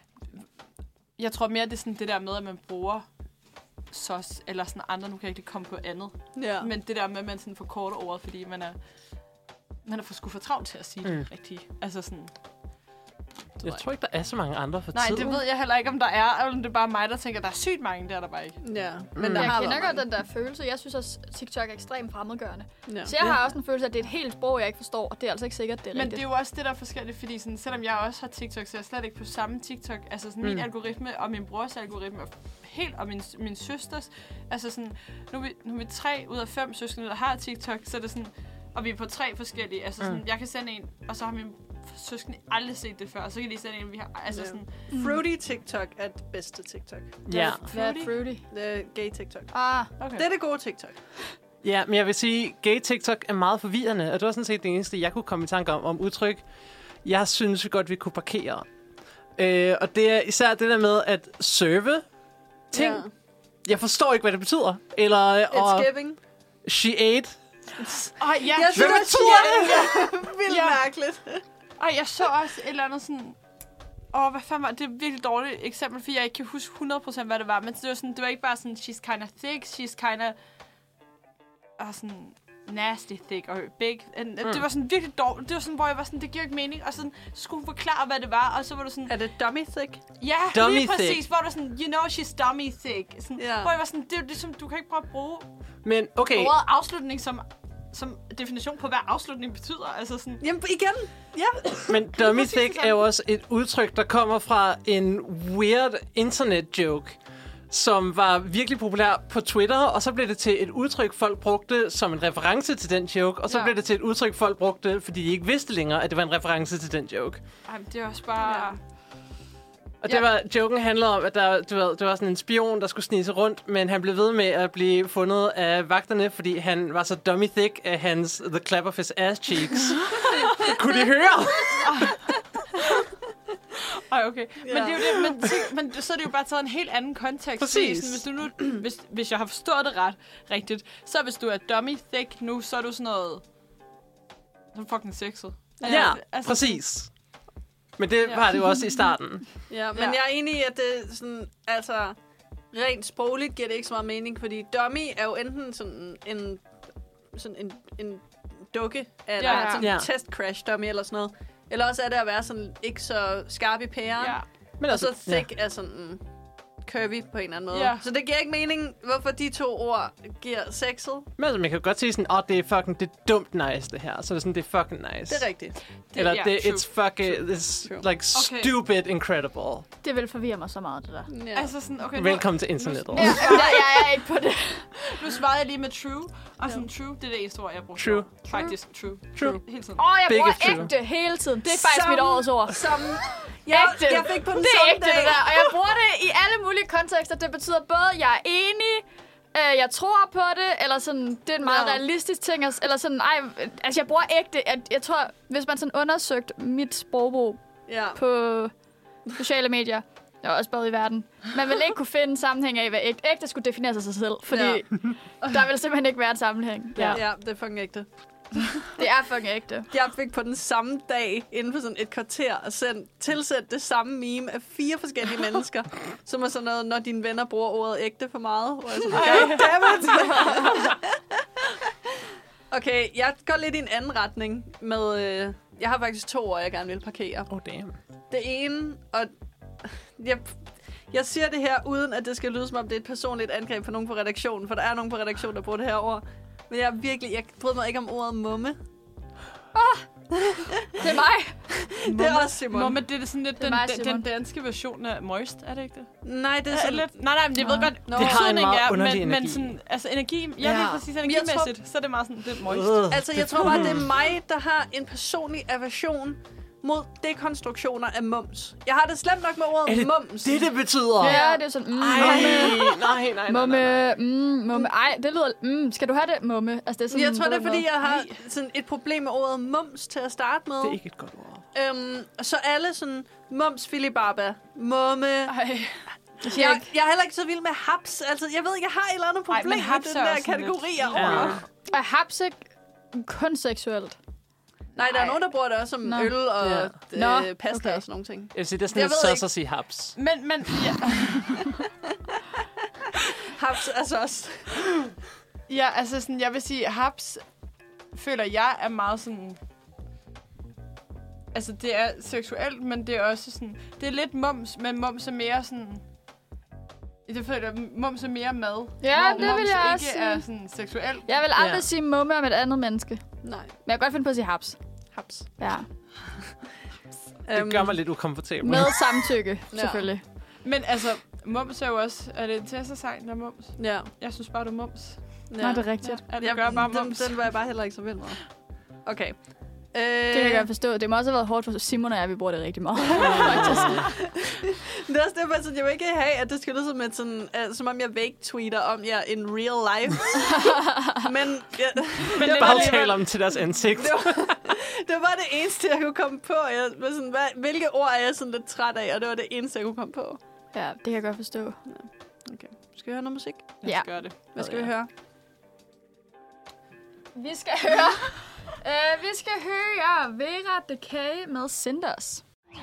Jeg tror mere, det er sådan det der med, at man bruger søs, eller sådan andre, nu kan jeg ikke komme på andet. Ja. Men det der med, at man sådan forkorter ordet, fordi man er for travlt til at sige det rigtigt. Altså sådan... Jeg tror ikke, der er så mange andre for tiden. tiden. Nej, det ved jeg heller ikke, om der er. Eller om det er bare mig, der tænker, der er sygt mange, der bare ikke. Ja. Men der jeg har kender godt den der følelse. Jeg synes også, TikTok er ekstremt fremmedgørende. Ja. Så jeg har også en følelse af, at det er et helt sprog, jeg ikke forstår. Og det er altså ikke sikkert, det er rigtigt. Men det er jo også det, der er forskelligt. Fordi sådan, selvom jeg også har TikTok, så er jeg slet ikke på samme TikTok. Altså sådan, min algoritme og min brors algoritme og min søsters. Altså sådan, nu er vi 3 ud af 5 søskende, der har TikTok. Så er det sådan, og vi er på 3 forskellige. Altså sådan, jeg kan sende en, og så har min søskende aldrig set det før, og så kan de sende en, vi har... Altså sådan... Fruity TikTok er det bedste TikTok. Ja. Hvad er fruity? Det er gay TikTok. Okay. Det er det gode TikTok. Ja, men jeg vil sige, gay TikTok er meget forvirrende, og det var sådan set det eneste, jeg kunne komme i tanke om udtryk. Jeg synes godt, vi kunne parkere. Og det er især det der med at serve ting. Ja. Jeg forstår ikke, hvad det betyder. Eller It's giving. She ate. Ja. Jeg synes, Hvad det er vildt mærkeligt. Jeg så også et eller andet sådan... hvad fanden var det? Det er et virkelig dårligt eksempel, fordi jeg ikke kan huske 100% hvad det var. Men det var, sådan, det var ikke bare sådan, she's kind of thick, she's kind of... sådan nasty thick og big. Det var sådan virkelig dårligt. Det var sådan, hvor jeg var sådan, det giver ikke mening. Og sådan, så skulle hun forklare, hvad det var. Og så var du sådan... Er det dummy thick? Ja, dummy lige præcis. thick. Hvor du sådan, you know she's dummy thick. Sådan, hvor jeg var sådan, det er jo ligesom, du kan ikke prøve at bruge Men okay. ordet afslutning som definition på, hvad afslutning betyder. Altså sådan... Jamen igen, ja. Men dummy thick er jo også et udtryk, der kommer fra en weird internet joke, som var virkelig populær på Twitter, og så blev det til et udtryk, folk brugte som en reference til den joke, og så blev det til et udtryk, folk brugte, fordi de ikke vidste længere, at det var en reference til den joke. Ej, det er også bare... Ja. Og det var, joken handlede om, at det var sådan en spion, der skulle snige sig rundt, men han blev ved med at blive fundet af vagterne, fordi han var så dummy thick af hans the clap of his ass cheeks. Kunne de høre? Ej, okay. Men det er jo det, men så er det jo bare taget en helt anden kontekst. Præcis. Sådan, hvis jeg har forstået det rigtigt, så hvis du er dummy thick nu, så er du sådan noget... Så fucking sexet. Ja, præcis. Men det var det jo også i starten. Ja, men jeg er enig i, at det sådan, altså, rent sprogligt giver det ikke så meget mening, fordi dummy er jo enten sådan en dukke, eller sådan en test crash dummy eller sådan noget, eller også er det at være sådan ikke så skarp i pæren, Men og så thick er sådan curvy på en eller anden måde. Ja. Så det giver ikke mening, hvorfor de to ord giver sexet. Men altså, man kan godt sige sådan, det er dumt nice, det her. Så det er sådan, det er fucking nice. Det er rigtigt. Eller it's fucking, it's like stupid incredible. Det vil forvirre mig så meget, det der. Ja. Altså sådan, okay, velkommen til internettet. Jeg er ikke på det. Nu svarede jeg lige med true, og sådan true, det er det eneste ord, jeg bruger. True. Faktisk true. Hele tiden. Jeg Big bruger ægte hele tiden. Det er faktisk mit årets ord. Jeg fik på den det er samme ægte, dag. det der. Og jeg bruger det i alle mulige kontekster. Det betyder både, jeg er enig, jeg tror på det, eller sådan, det er en meget realistisk ting, eller sådan, jeg bruger ægte. Jeg tror, hvis man sådan undersøgt mit sprogbrug på sociale medier, og også både i verden, man vil ikke kunne finde en sammenhæng af, hvad ægte skulle definere sig selv, fordi der vil simpelthen ikke være en sammenhæng. Ja, det er fucking ægte. Det er fucking ægte. Jeg fik på den samme dag, inden for sådan et kvarter, tilsendt det samme meme af 4 forskellige mennesker, som er sådan noget, når dine venner bruger ordet ægte for meget. Og jeg sådan, goddammit! Okay, jeg går lidt i en anden retning med... jeg har faktisk 2 ord, jeg gerne vil parkere. Damn. Det ene, og jeg siger det her, uden at det skal lyde som om det er et personligt angreb for nogen på redaktionen, for der er nogen på redaktionen, der bruger det her ord. Men jeg bryder mig ikke om ordet mumme. Det er mig. Det er også Simon. Mumme, det er sådan lidt den danske version af moist, er det ikke det? Nej, det er sådan lidt... Nej, men jeg ved godt, det har en meget underlig energi. Men sådan, altså energi... Ja, lige præcis energimæssigt, så er det meget sådan, det er moist. Altså, jeg tror bare, det er mig, der har en personlig aversion mod dekonstruktioner af mums. Jeg har det slemt nok med ordet mums. Det betyder? Ja, det er sådan... Nej. Mumme. Ej, det lyder... skal du have det, mumme? Altså, det er sådan, jeg tror, det er, fordi jeg har sådan et problem med ordet mums til at starte med. Det er ikke et godt ord. Så alle sådan... Mums, filibaba, mumme... Jeg er heller ikke så vild med haps. Altså, jeg ved, jeg har et eller andet problem med den der kategori af ord. Er haps ikke kun seksuelt? Nej, der er nogen, der bruger det også som øl og pasta og sådan nogle ting. Jeg vil sige, det er sådan lidt så at sige haps. Men ja. Haps er så også... Ja, altså sådan, jeg vil sige, haps føler jeg er meget sådan... Altså, det er seksuelt, men det er også sådan... Det er lidt mums, men mums er mere sådan... Det føler jeg, mums er mere mad. Ja, det vil jeg også sige. Ikke er sådan seksuelt. Jeg vil aldrig sige mumme om et andet menneske. Nej. Men jeg kan godt finde på at sige haps. Haps. Ja. Det gør mig lidt ukomfortabel. Med samtykke, selvfølgelig. Men altså, mums er jo også... Er det en Tessa-sang, der er mums? Ja. Jeg synes bare, du er mums. Ja. Nå, det er rigtigt. Ja, det gør bare mums. Den var jeg bare heller ikke så vild med. Okay. Det kan jeg godt forstå. Det må også have været hårdt for Simon og jeg, vi bruger det rigtig meget. Det er også derfor, at jeg vil ikke have, at det skal lyde som, som om jeg vague-tweeter om jer in real life. men bare tale om til deres ansigt. det Det var det eneste, jeg kunne komme på. Jeg var sådan, hvilke ord er jeg sådan lidt træt af? Og det var det eneste, jeg kunne komme på. Ja, det kan jeg godt forstå. Ja. Okay. Skal vi høre noget musik? Ja. Gør det. Hvad skal vi høre? Vi skal høre Vera Decay med Cinders.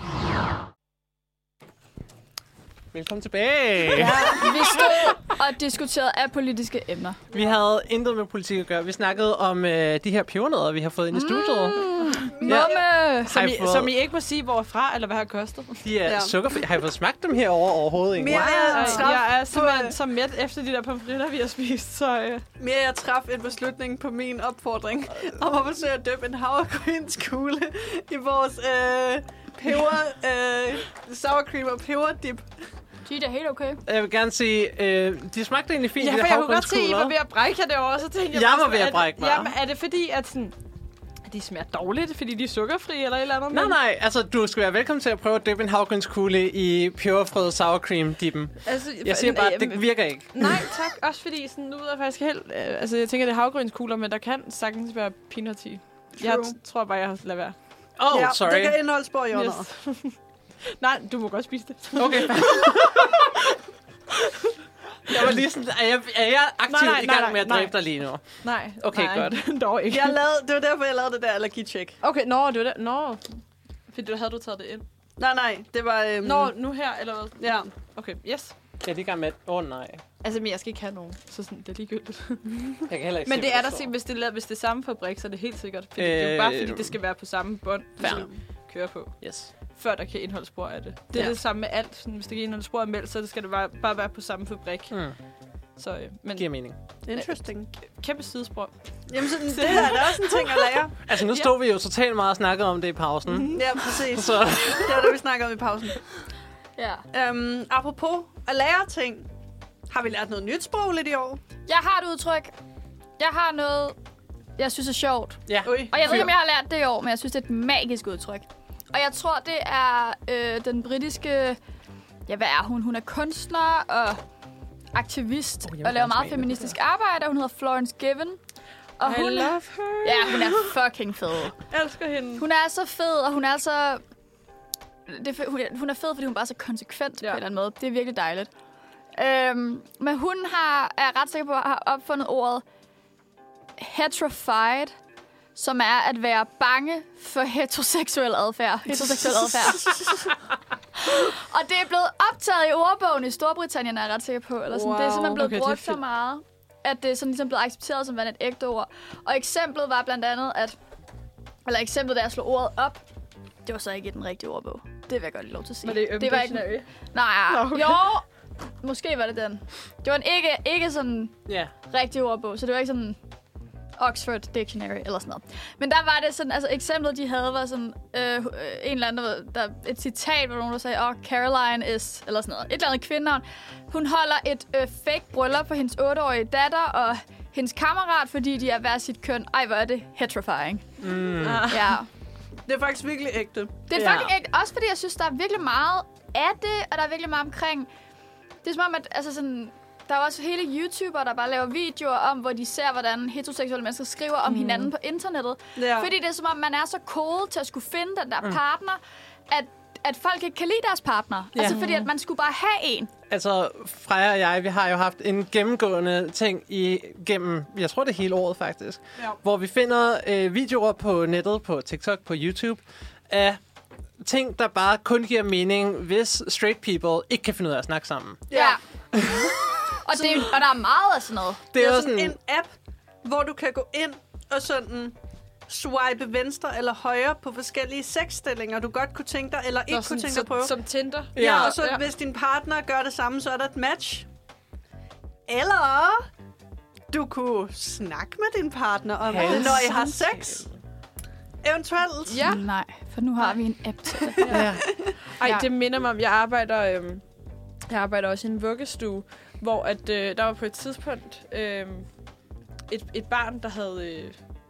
Velkommen tilbage. Ja, vi stod og diskuterede apolitiske emner. Vi havde intet med politik at gøre. Vi snakkede om de her pebernødder, vi har fået ind i studiet. Mumme! Som I ikke må sige, hvorfra, eller hvad har kostet. De er sukkerfri. Har I fået smagt dem herover overhovedet? Ikke? Jeg er simpelthen så mæt efter de der pomfritter, vi har spist. Så, Mere jeg traf en beslutning på min opfordring om at forsøge at døbe en havregrynskugle i vores peber, sour cream og peberdip. Det er helt okay. Jeg vil gerne sige, de smagte egentlig fint, ja, de der for jeg kunne godt se, I havregrynskugle. var ved at brække jer derovre, så tænkte Jeg bare, var ved at brække mig. Jamen, er det fordi, at sådan, at de smager dårligt, fordi de er sukkerfri eller et eller andet? Nej, altså du skal være velkommen til at prøve at døbe en havregrynskugle i peberfrød sour cream dippen. Altså, Jeg siger bare, det virker ikke. Nej, tak. Også fordi, sådan, nu ved jeg faktisk helt... altså, jeg tænker, det er havregrynskugler, men der kan sagtens være peanuts i. Jeg tror bare, jeg har ladet være. Sorry. Det kan indholdsspor i under. Yes. Nej, du må godt spise det. Okay. Jeg var lige sådan, er jeg aktivt i gang med at dræbe dig lige nu? Nej. Okay, godt. Dog ikke. Det var derfor, jeg lavede det der allergitjek. Okay, det var det. Fordi havde du taget det ind? Nej, det var... Nu her, eller hvad? Ja. Okay, yes. Jeg er lige i gang med nej. Altså, men jeg skal ikke have nogen, så sådan, det er ligegyldigt. Jeg kan heller ikke Men se, det hvad er der står. set, hvis det er samme fabrik, så er det helt sikkert. Fordi det er jo bare fordi, det skal være på samme bånd, vi skal køre på. Yes. Før der kan indholdsspor af det. Det er det samme med alt. Sådan, hvis der kan indholdsspor af mælk, så skal det bare være på samme fabrik. Så, men Giver mening. Interesting. Kæmpe sidespor. Jamen, sådan, det her er da også en ting at lære. Altså, nu stod vi jo totalt meget og snakkede om det i pausen. Ja, præcis. Så. Det var det, vi snakkede om i pausen. Ja. Apropos at lære ting. Har vi lært noget nyt sprog lidt i år? Jeg har et udtryk. Jeg har noget, jeg synes er sjovt. Ja. Ui. Og jeg ved ikke, om jeg har lært det i år, men jeg synes, det er et magisk udtryk. Og jeg tror, det er den britiske... Ja, hvad er hun? Hun er kunstner og aktivist og laver meget feministisk arbejde. Hun hedder Florence Given. Og I love her. Ja, hun er fucking fed. Jeg elsker hende. Hun er så fed, og hun er så... Hun er fed, fordi hun bare er så konsekvent på en eller anden måde. Det er virkelig dejligt. Men hun er ret sikker på, at have opfundet ordet heterofied, som er at være bange for heteroseksuel adfærd. Og det er blevet optaget i ordbogen i Storbritannien, er jeg ret sikker på. Eller sådan. Wow. Det er simpelthen blevet brugt så meget, at det er sådan ligesom blevet accepteret som et ægte ord. Og eksemplet var blandt andet, eksemplet, da jeg slog ordet op, det var så ikke i den rigtige ordbog. Det vil jeg godt lov til at sige. Det var ikke... Nej, okay. Jo, måske var det den. Det var en ikke sådan rigtig ordbog, så det var ikke sådan Oxford Dictionary eller sådan noget. Men der var det sådan, altså eksemplet, de havde, var sådan en eller anden, der et citat, hvor nogen der sagde, Caroline is, eller sådan noget. Et eller andet kvindenavn. Hun holder et fake bryllup for hendes 8-årige datter og hendes kammerat, fordi de er hver sit køn. Ej, hvor er det heterofying. Ja. Det er faktisk virkelig ægte. Det er fucking ægte. Også fordi jeg synes, der er virkelig meget af det, og der er virkelig meget omkring... Det er som om, at altså sådan, der er også hele YouTubere, der bare laver videoer om, hvor de ser, hvordan heteroseksuelle mennesker skriver om hinanden på internettet. Ja. Fordi det er som om, man er så cool til at skulle finde den der partner, at folk ikke kan lide deres partner. Ja. Altså fordi, at man skulle bare have en. Altså, Freja og jeg, vi har jo haft en gennemgående ting igennem, jeg tror det hele året faktisk, hvor vi finder videoer på nettet, på TikTok, på YouTube, af ting, der bare kun giver mening, hvis straight people ikke kan finde ud af at snakke sammen. Ja. og der er meget af sådan noget. Det er sådan en app, hvor du kan gå ind og sådan swipe venstre eller højre på forskellige sexstillinger, du godt kunne tænke dig, eller ikke kunne tænke dig at prøve. Som Tinder. Ja, og så hvis din partner gør det samme, så er der et match. Eller du kunne snakke med din partner om det, når I har sex. Eventuelt. Ja. Nej, for nu har vi en app til det. Ej, det minder mig om, jeg arbejder også i en vuggestue, hvor at, der var på et tidspunkt et barn, der havde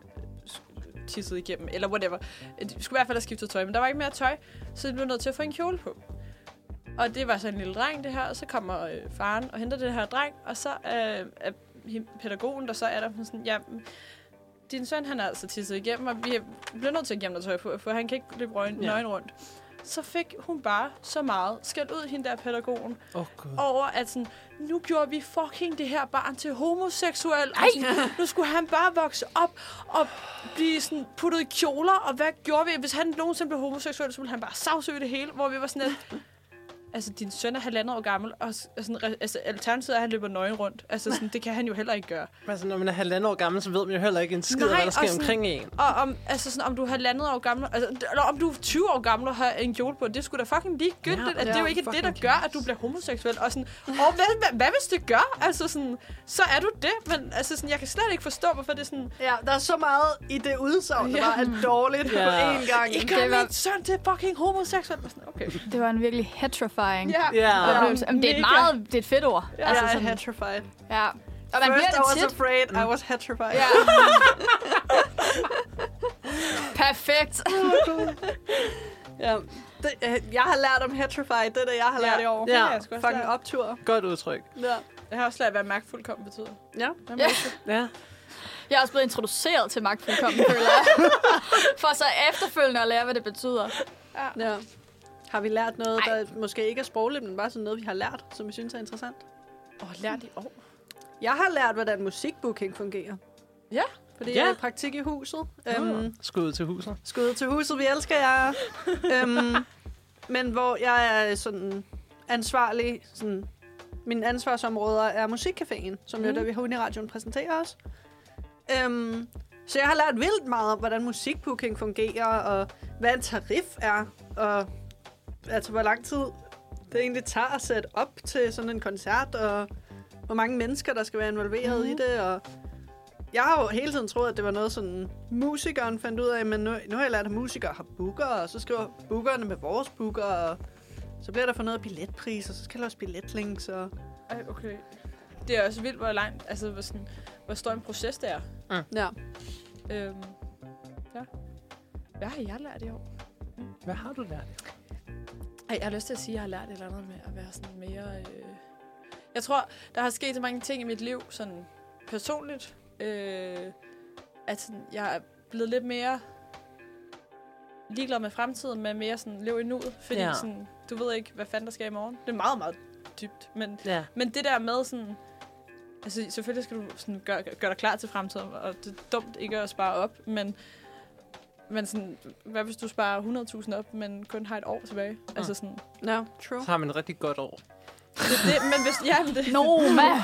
tisset igennem, eller whatever. De skulle i hvert fald have skiftet tøj, men der var ikke mere tøj, så de blev nødt til at få en kjole på. Og det var så en lille dreng, det her, og så kommer faren og henter det her dreng, og så er pædagogen, der så er der sådan, ja, din søn, han er altså tisset igennem, og vi bliver nødt til at gemme noget tøj på, for han kan ikke løbe nøgen rundt. Så fik hun bare så meget skældt ud, hende der pædagogen, over at sådan, nu gjorde vi fucking det her barn til homoseksuel. Altså, nu skulle han bare vokse op og blive sådan puttet i kjoler, og hvad gjorde vi? Hvis han nogensinde blev homoseksuel, så ville han bare sagsøge det hele, hvor vi var sådan lidt... Altså, din søn er 1,5 år gammel, og sådan, alternativet er, at han løber nøgen rundt. Altså, sådan, det kan han jo heller ikke gøre. Altså, når man er 1,5 år gammel, så ved man jo heller ikke en skid, hvad der sker omkring en. Og om du er 1,5 år gammel, eller om du er 20 år gammel og har en kjole på, det skulle da fucking ligegyldigt. Det er jo ikke det, der gør, at du bliver homoseksuel. Og sådan, hvad hvis det gør? Altså, sådan, så er du det. Men altså, sådan, jeg kan slet ikke forstå, hvorfor det er sådan... Ja, der er så meget i det udsagn, der bare er dårligt på én gang. I gør min søn til fucking homoseksuel. Okay. Det var en virkelig heterifying. Det er et fedt ord. Ja, altså sådan, heterified. Ja. Og man First I was afraid, I was heterified. Ja. Perfekt. Ja. Jeg har lært om heterified, det er det, jeg har lært i år. Ja. Fucking optur. Godt udtryk. Ja. Jeg har også lært, hvad magtfuldkommen betyder. Ja. Ja. Jeg er også blevet introduceret til magtfuldkommen, føler jeg. For så efterfølgende at lære, hvad det betyder. Ja. Har vi lært noget, der måske ikke er sprogligt, men bare sådan noget, vi har lært, som vi synes er interessant? Lært i år? Jeg har lært, hvordan musikbooking fungerer. Ja. Fordi jeg er i praktik i huset. Skud til huset. Skud til huset, vi elsker jer. Men hvor jeg er sådan ansvarlig, sådan, mine ansvarsområder er musikcaféen, som jo der vi har Uniradioen præsenterer os. Så jeg har lært vildt meget om, hvordan musikbooking fungerer, og hvad en tarif er, og altså hvor lang tid det egentlig tager at sætte op til sådan en koncert, og hvor mange mennesker, der skal være involveret i det, og jeg har jo hele tiden troet, at det var noget, sådan musikeren fandt ud af, men nu har jeg lært, at musikere har bookere, og så skriver bookerne med vores bookere, og så bliver der for noget billetpris, og så skal der også billetlinks, og... Okay. Det er også vildt, hvor langt, altså hvor stor en proces det er. Ja. Hvad har jeg lært i år? Hvad har du lært? Jeg har lyst til at sige, at jeg har lært et eller andet med at være sådan mere... Jeg tror, der har sket så mange ting i mit liv, sådan personligt, at sådan, jeg er blevet lidt mere ligeglad med fremtiden, men mere sådan lev i nuet. Fordi sådan, du ved ikke, hvad fanden der sker i morgen. Det er meget, meget dybt. Men det der med sådan... Altså, selvfølgelig skal du sådan gøre dig klar til fremtiden, og det er dumt ikke at spare op, men sådan, hvad hvis du sparer 100.000 op, men kun har et år tilbage? Altså sådan... No, true. Så har man et rigtig godt år. Det, men hvis... Ja, men det... Noma!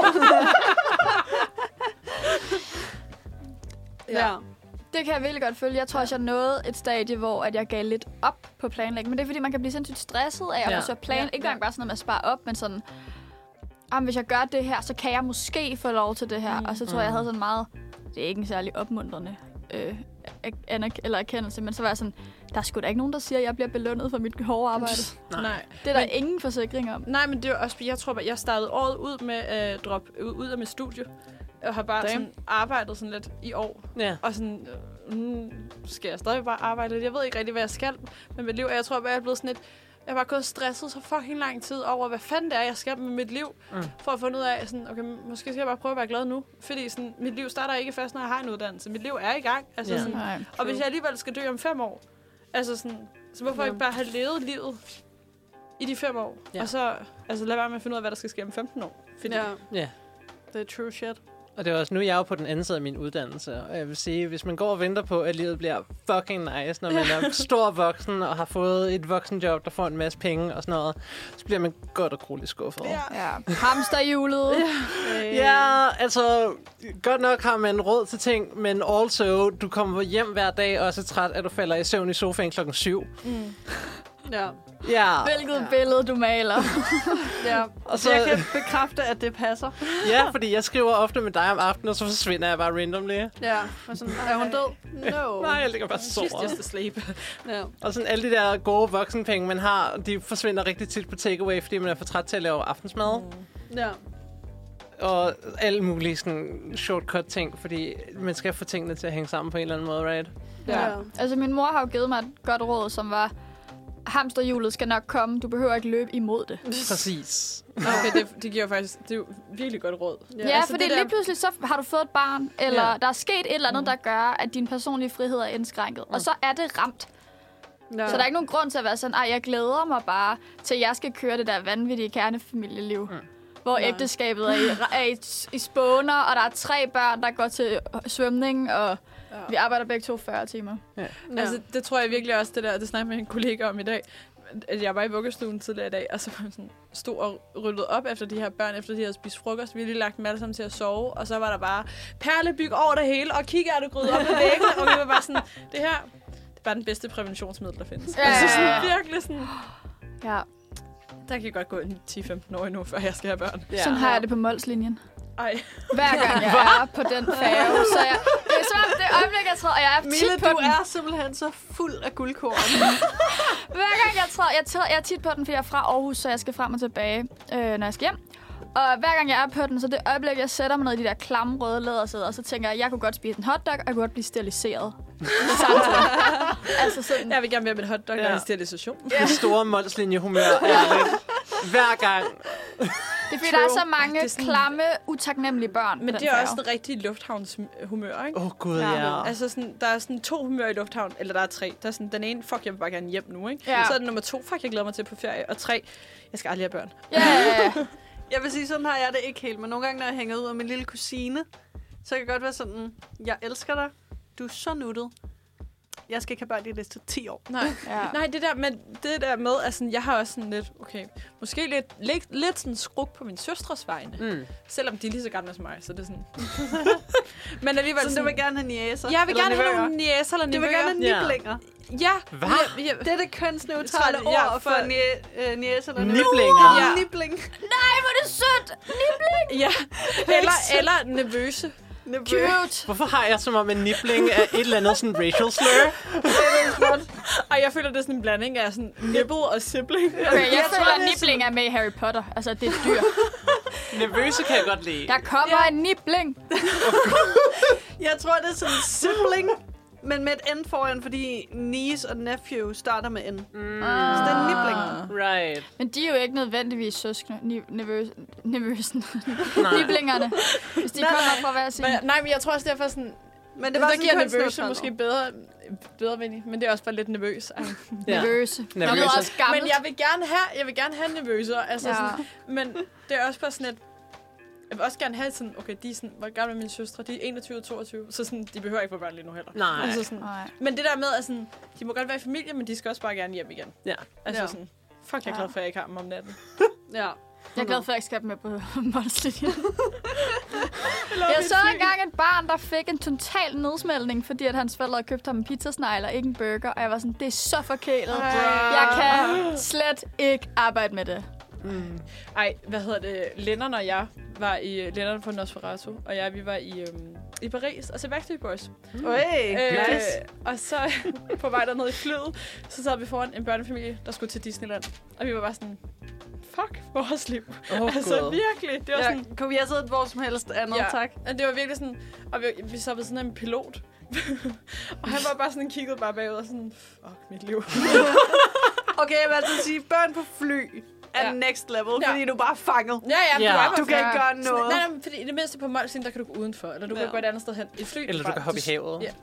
Ja. Det kan jeg virkelig godt følge. Jeg tror også, jeg nåede et stadie, hvor at jeg gav lidt op på planlægning. Men det er, fordi man kan blive sindssygt stresset af at forsøge plan. Ikke engang bare sådan noget med at spare op, men sådan... hvis jeg gør det her, så kan jeg måske få lov til det her. Og så tror jeg havde sådan meget... Det er ikke en særlig opmuntrende erkendelse, men så var jeg sådan... Der er sgu da ikke nogen, der siger, at jeg bliver belønnet for mit hårde arbejde. Nej. Det er der ingen forsikring om. Nej, men det er også... Jeg tror bare, jeg startede året ud med at droppe ud af mit studie. Jeg har bare sådan arbejdet sådan lidt i år. Ja. Og sådan... skal jeg stadig bare arbejde lidt? Jeg ved ikke rigtig, hvad jeg skal med mit liv. Og jeg tror bare, jeg er blevet sådan lidt... Jeg har bare gået stresset så fucking lang tid over, hvad fanden det er, jeg skal med mit liv. For at finde ud af, sådan, okay, måske skal jeg bare prøve at være glad nu. Fordi sådan, mit liv starter ikke først, når jeg har en uddannelse. Mit liv er i gang. Altså, sådan, og hvis jeg alligevel skal dø om 5 år, altså sådan, så hvorfor ikke bare have levet livet i de 5 år? Ja. Og så lad være med at finde ud af, hvad der skal ske om 15 år. Fordi det er true shit. Og det er også, nu er jeg jo på den anden side af min uddannelse, og jeg vil sige, hvis man går og venter på, at livet bliver fucking nice, når man er stor voksen og har fået et voksenjob, der får en masse penge og sådan noget, så bliver man godt og grueligt skuffet. Ja. Hamsterhjulet. Ja, altså, godt nok har man råd til ting, men also, du kommer hjem hver dag og er så træt, at du falder i søvn i sofaen 7:00. Ja. Hvilket billede du maler. Og så jeg kan bekræfte, at det passer. Ja, fordi jeg skriver ofte med dig om aftenen, og så forsvinder jeg bare randomly. Ja, og sådan, er hun død? No. Nej, jeg ligger bare så She's just asleep. Og sådan alle de der gode voksenpenge, man har, de forsvinder rigtig tit på takeaway, fordi man er for træt til at lave aftensmad. Ja. Og alle mulige sådan shortcut-ting, fordi man skal få tingene til at hænge sammen på en eller anden måde, right? Ja. Altså, min mor har jo givet mig et godt råd, som var... hamsterhjulet skal nok komme. Du behøver ikke løbe imod det. Præcis. Okay, det giver faktisk... Det er jo virkelig godt råd. Ja, altså fordi lige pludselig så har du fået et barn, eller der er sket et eller andet, der gør, at din personlige frihed er indskrænket. Og så er det ramt. Ja. Så der er ikke nogen grund til at være sådan, jeg glæder mig bare til, at jeg skal køre det der vanvittige kernefamilieliv. Hvor ægteskabet er i spåner, og der er 3 børn, der går til svømning, og vi arbejder begge 2 40 timer. Ja. Altså, det tror jeg virkelig også, det snakker med en kollega om i dag. Jeg var i vuggestuen tidligere i dag, og så var jeg sådan, stod og ryddede op efter de her børn, efter de havde spist frokost. Vi havde lige lagt dem alle sammen til at sove, og så var der bare perlebyg over det hele, og kikærtegryde op ad væggene, og vi var bare sådan, det her, det er bare den bedste præventionsmiddel, der findes. Ja. Altså sådan virkelig sådan... Ja. Der kan godt gå en 10-15 år endnu, før jeg skal have børn. Ja. Sådan har jeg det på Mols-linjen. Ej. Hver gang jeg er på den færge, så det er som om det øjeblik, jeg træder, og jeg er Mille, tit på du den. er simpelthen så fuld af guldkorn. Hver gang jeg træder, jeg er tit på den, fordi jeg er fra Aarhus, så jeg skal frem og tilbage, når jeg skal hjem. Og hver gang jeg er på den, så det øjeblik, jeg sætter mig ned i de der klamme røde lædersæder, og så tænker jeg kunne godt spise en hotdog, og jeg kunne godt blive steriliseret. Altså sådan. Jeg vil gerne være med en hotdog, der er en sterilisation. Det store Mols-linje-humør er hver gang. Det er fordi, der er så mange klamme, utaknemmelige børn. Men det er også den rigtige lufthavnshumør, ikke? Gud, ja. Altså, sådan, der er sådan 2 humør i lufthavn, eller der er 3. Der er sådan, den ene, fuck, jeg vil bare gerne hjem nu, ikke? Ja. Så er den nummer 2, fuck, jeg glæder mig til på ferie. Og 3, jeg skal aldrig have børn. Ja. Jeg vil sige, sådan har jeg det ikke helt, men nogle gange, når jeg hænger ud af min lille kusine, så kan det godt være sådan, jeg elsker dig, du er så nuttet. Jeg skal ikke have børn de næste 10 år. Nej, Nej, det der med, altså, jeg har også sådan lidt, okay, måske lidt sådan skruk på min søstres vegne. Selvom de er lige så gamle som mig, så det er sådan... Men alligevel så sådan, du vil gerne have niæser? Jeg vil gerne have nogle niæser eller nevøer. Du vil gerne have niblinger? Ja. Hvad? Det er det kønsneutrale ord for niæser eller nevøer. Niblinger? Ja. Nibling. Nej, hvor er det sødt! Nibling! Ja, eller nervøse. Cute. Hvorfor har jeg som om en nibling af et eller andet sådan racial slur? Ej, jeg føler, det er sådan en blanding af sådan nibble og sibling. Okay, jeg føler, at nibling er med i Harry Potter. Altså, det er dyr. Nervøse kan jeg godt lide. Der kommer en nibling. Jeg tror, det er sådan en sibling, men med et N foran, fordi niece og nephew starter med N. Så det er en nibling. Right. Men de er jo ikke nødvendigvis søskende. Nervøsen. Niblingerne. Hvis de kommer fra hver sin. Nej, men jeg tror også derfor sådan... Men det var sådan giver nervøse måske bedre mening, men det er også bare lidt nervøs. Nervøse. Nervøse. Også gammelt. Men jeg vil gerne have nervøser. Altså sådan, men det er også bare sådan et... Jeg vil også gerne have sådan, okay, de er sådan, hvor gamle er mine søstre? De er 21 og 22, så sådan, de behøver ikke få børn lige nu heller. Nej. Altså sådan, men det der med, at sådan, de må godt være i familie, men de skal også bare gerne hjem igen. Ja. Altså sådan, fuck, jeg er glad for, at jeg ikke har dem om natten. Ja. Jeg er glad for, at jeg ikke skal med på Mols-linjen. Jeg så engang et barn, der fik en total nedsmeltning, fordi at hans forældre købte ham en pizzasnegl og ikke en burger. Og jeg var sådan, det er så forkælet. Jeg kan slet ikke arbejde med det. Ej, hvad hedder det? Lennart og jeg var i Lennart på Nosferatu, og vi var i Paris og så Backstreet Boys. Og så på vej dernede i flyet, så sad vi foran en børnefamilie, der skulle til Disneyland. Og vi var bare sådan, fuck vores liv. Altså virkelig. Det var sådan, kunne vi have siddet hvor som helst andet, tak? Det var virkelig sådan, og vi så ved sådan en pilot. Og han var bare sådan, kiggede bare bagud og sådan, fuck mit liv. Okay, jeg vil altså sige, børn på fly er next level, fordi du bare er fanget. Du kan ikke gøre noget. Nej, fordi i det mindste på Mols, der kan du gå udenfor, eller du kan gå et andet sted hen i fly. Eller du kan hoppe i havet. Ja.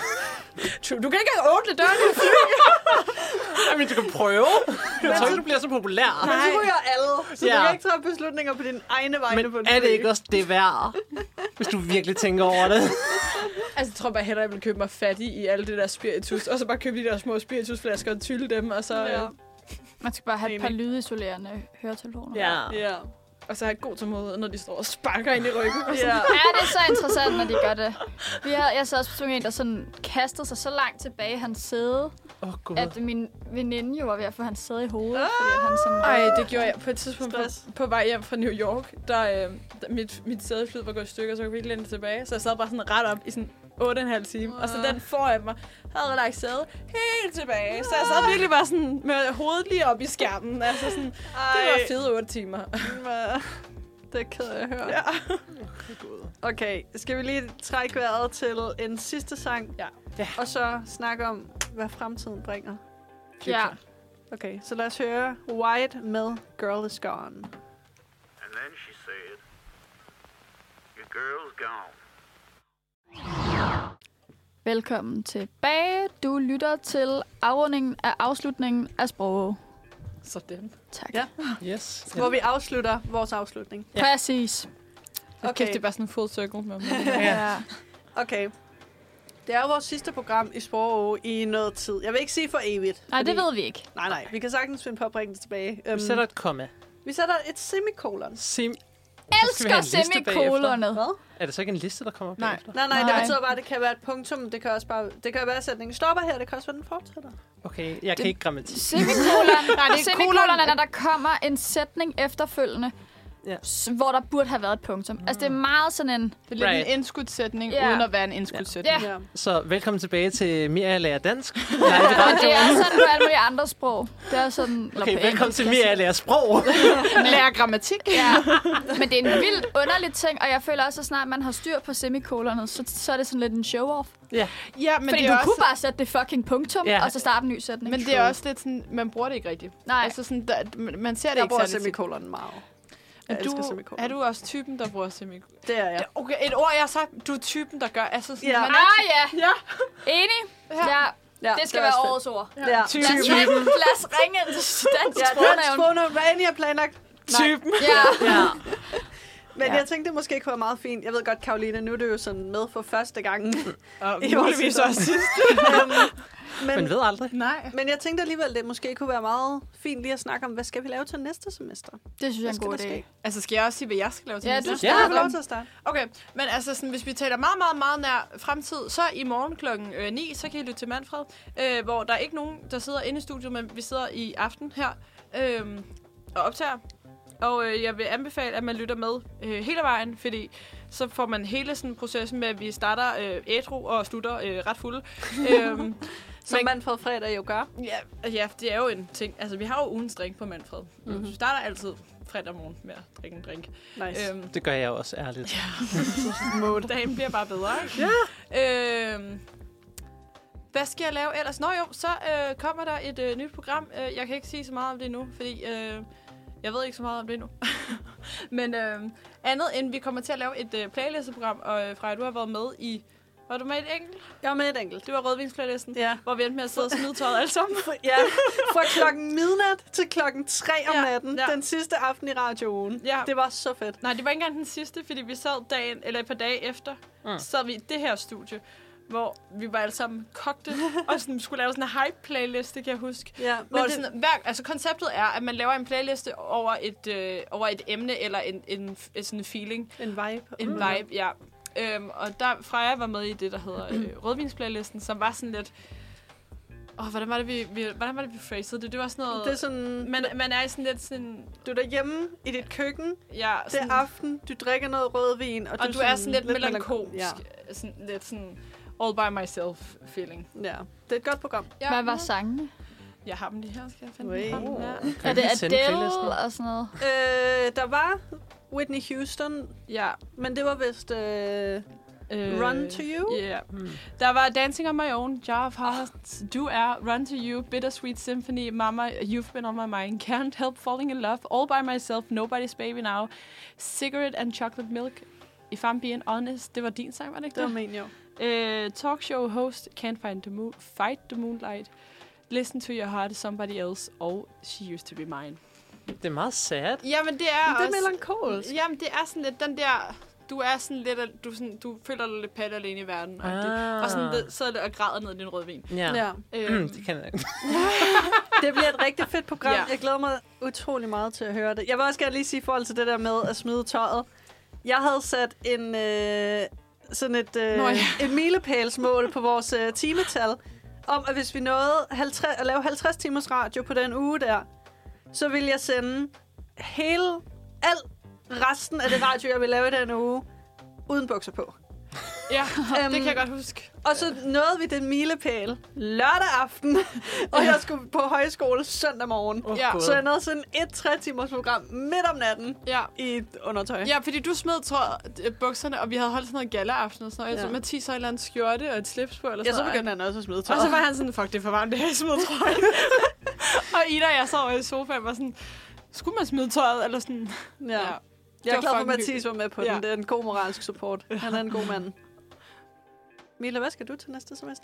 Du kan ikke åbne døren i fly. Men du kan prøve. Jeg tror ikke, du bliver så populær. Men så ryger alle, så du kan ikke tage beslutninger på dine egne vegne. Men på er det ikke også det værd, hvis du virkelig tænker over det? Altså, jeg tror bare hellere, jeg vil købe mig fattig i alle det der spiritus, og så bare købe de der små spiritusflasker og tylle dem, og så... Man skal bare have et par lydisolerende høretelefoner. Ja. Og så have et god tålmodighed, når de står og sparker ind i ryggen. Ja, det er så interessant, når de gør det. Jeg sad også på en, der sådan kastede sig så langt tilbage i hans sæde, at min veninde jo var ved at få hans sæde i hovedet. Fordi han sådan, ej, det gjorde jeg på et tidspunkt på vej hjem fra New York, der mit sædeflyd var gået i stykker, så jeg kunne ikke længe tilbage. Så jeg sad bare sådan ret op i sådan 8,5 timer. Og så den foran mig havde lagt sæde helt tilbage. Så jeg sad virkelig bare sådan med hovedet lige op i skærmen. Altså sådan, det var fede 8 timer. Det er ked af at høre. Ja. Okay, skal vi lige trække vejret til en sidste sang? Ja. Og så snakke om, hvad fremtiden bringer. Ja. Okay, så lad os høre White med Girl Is Gone. And then she said, your girl's gone. Velkommen tilbage. Du lytter til afrundingen af afslutningen af Sprog. Sådan. Tak. Ja. Yes. Hvor vi afslutter vores afslutning. Ja. Præcis. Okay. Det er bare sådan en full circle med mig. Ja. Okay. Det er jo vores sidste program i Sprog i noget tid. Jeg vil ikke sige for evigt. Nej, det ved vi ikke. Nej. Vi kan sagtens finde på at bringe det tilbage. Vi sætter et komma. Vi sætter et semikolon. Elsker semikolonet. Hvad? Er det så ikke en liste, der kommer bagefter? Nej, det betyder bare, at det kan være et punktum. Det kan også bare, det kan være, at sætningen stopper her. Det kan også være, den fortsætter. Okay, jeg kan ikke grammatik. Semikolon er, når der kommer en sætning efterfølgende, ja. Hvor der burde have været et punktum. Altså, det er meget sådan en... Det er lidt en indskudssætning, uden at være en indskudssætning. Ja. Så velkommen tilbage til Mia lærer dansk. Det er sådan på alle mulige andre sprog. Det er sådan... Okay, velkommen til Mia lærer sprog. Lærer grammatik. Ja. Men det er en vildt underlig ting, og jeg føler også, at snart man har styr på semikolonet, så er det sådan lidt en show-off. Ja, men fordi det du også... kunne bare sætte det fucking punktum, og så starte en ny sætning. Men det er også lidt sådan, man bruger det ikke rigtigt. Nej. Altså sådan, man ser det jeg ikke bruger særligt. semikolonen meget. Er du også typen, der bruger semikoloner? Det er jeg. Okay, et ord, jeg har sagt, du er typen, der gør... Altså sådan, ja. Ja. Enig? Ja. Det skal være årets ord. Ja. Lad os ringe ind til Dansk Sprognævn. Hvad end I har planlagt? Typen. Ja. Men jeg tænkte, det måske kunne være meget fint. Jeg ved godt, Karoline, nu er du jo sådan med for første gang. Og muligvis også sidste. Men ved aldrig. Nej. Men jeg tænkte alligevel, det måske kunne være meget fint lige at snakke om, hvad skal vi lave til næste semester? Det synes jeg er en god idé. Altså, skal jeg også sige, hvad jeg skal lave til næste semester? Ja, du skal lov til at starte. Okay, men altså, sådan, hvis vi taler meget nær fremtid, så i morgen klokken 9, så kan I lytte til Manfred, hvor der er ikke nogen, der sidder inde i studiet, men vi sidder i aften her og optager. Og jeg vil anbefale, at man lytter med hele vejen, fordi så får man hele sådan processen med, at vi starter ædru og slutter ret fulde. Som Manfred Fredag jo gør. Ja, det er jo en ting. Altså, vi har jo ugens drink på Manfred. Mm-hmm. Vi starter altid fredag morgen med at drikke en drink. Nice. Det gør jeg også, ærligt. Ja. Dagen bliver bare bedre, ikke? Ja. Hvad skal jeg lave ellers? Nå jo, så kommer der et nyt program. Jeg kan ikke sige så meget om det nu, fordi... jeg ved ikke så meget om det nu. Men andet end vi kommer til at lave et playlisteprogram, og Freja, du har været med i... Var du med i et enkelt? Jeg var med i et enkelt. Det var Rødvinsplaylisten, hvor vi endte med at sidde og smide tøjet alle sammen. Fra klokken midnat til klokken 3 om natten. Den sidste aften i radioen. Ja. Det var så fedt. Nej, det var ikke engang den sidste, fordi vi sad et par dage efter, sad vi i det her studie, hvor vi var alle sammen kogte, og sådan, skulle lave sådan en hype-playliste, kan jeg huske. Ja, hvor det sådan, konceptet er, at man laver en playliste over et emne, eller en sådan en feeling. En vibe. En vibe, ja. Og der Freja var med i det, der hedder Rødvinsplaylisten, som var sådan lidt... hvordan var det, vi phrasede det? Det var sådan noget... Det er sådan... Man er sådan lidt sådan... Du er derhjemme i dit køkken. Ja. Sådan, det er aften. Du drikker noget rødvin. Og du er sådan lidt melankolsk. Ja. Sådan lidt sådan... All by myself feeling. Ja, det er et godt program. Ja. Hvad var sangene? Jeg har dem lige her, skal jeg finde dem frem. Ja. Er det Adele og sådan noget? Der var Whitney Houston. Ja. Men det var vist Run to You. Ja. Yeah. Der var Dancing on My Own, Jar of Hearts, Du Er, Run to You, Bittersweet Symphony, Mama, You've Been on My Mind, Can't Help Falling in Love, All by Myself, Nobody's Baby Now, Cigarette and Chocolate Milk, If I'm Being Honest. Det var din sang, var det ikke det? Det var min, jo. Talkshow host, Can't Fight the Moonlight, Listen to Your Heart, Somebody Else, og She Used to Be Mine. Det er meget sad. Jamen, det er også... Det er melankolsk. Jamen, det er sådan lidt den der... Du er sådan lidt... Du føler dig lidt patte alene i verden. Og sådan lidt, sidder lidt og græder ned i din rødvin. Ja. Det kan jeg ikke. Det bliver et rigtig fedt program. Ja. Jeg glæder mig utrolig meget til at høre det. Jeg vil også gerne lige sige i forhold til det der med at smide tøjet. Jeg havde sat sådan et milepælsmål på vores timetal, om at hvis vi nåede at lave 50 timers radio på den uge der, så ville jeg sende resten af det radio, jeg vil lave i den uge, uden bukser på. Ja, det kan jeg godt huske. Og så nåede vi den milepæl lørdag aften, og jeg skulle på højskole søndag morgen. Så jeg nåede sådan et 3-timers program midt om natten i et undertøj. Ja, fordi du smed bukserne, og vi havde holdt sådan noget gala-aften og sådan noget. Jeg tror, Mathis havde en eller anden skjorte og et slips på. Eller sådan så begyndte han også at smide tøj. Og så var han sådan, fuck, det er for varmt, det her, jeg smed trøjen. Og Ida og jeg sad over i sofaen og var sådan, skulle man smide tøjet? Eller sådan. Ja. Jeg er glad for, at Mathias var med på den. Det er en god moralsk support. Han er en god mand. Mila, hvad skal du til næste semester?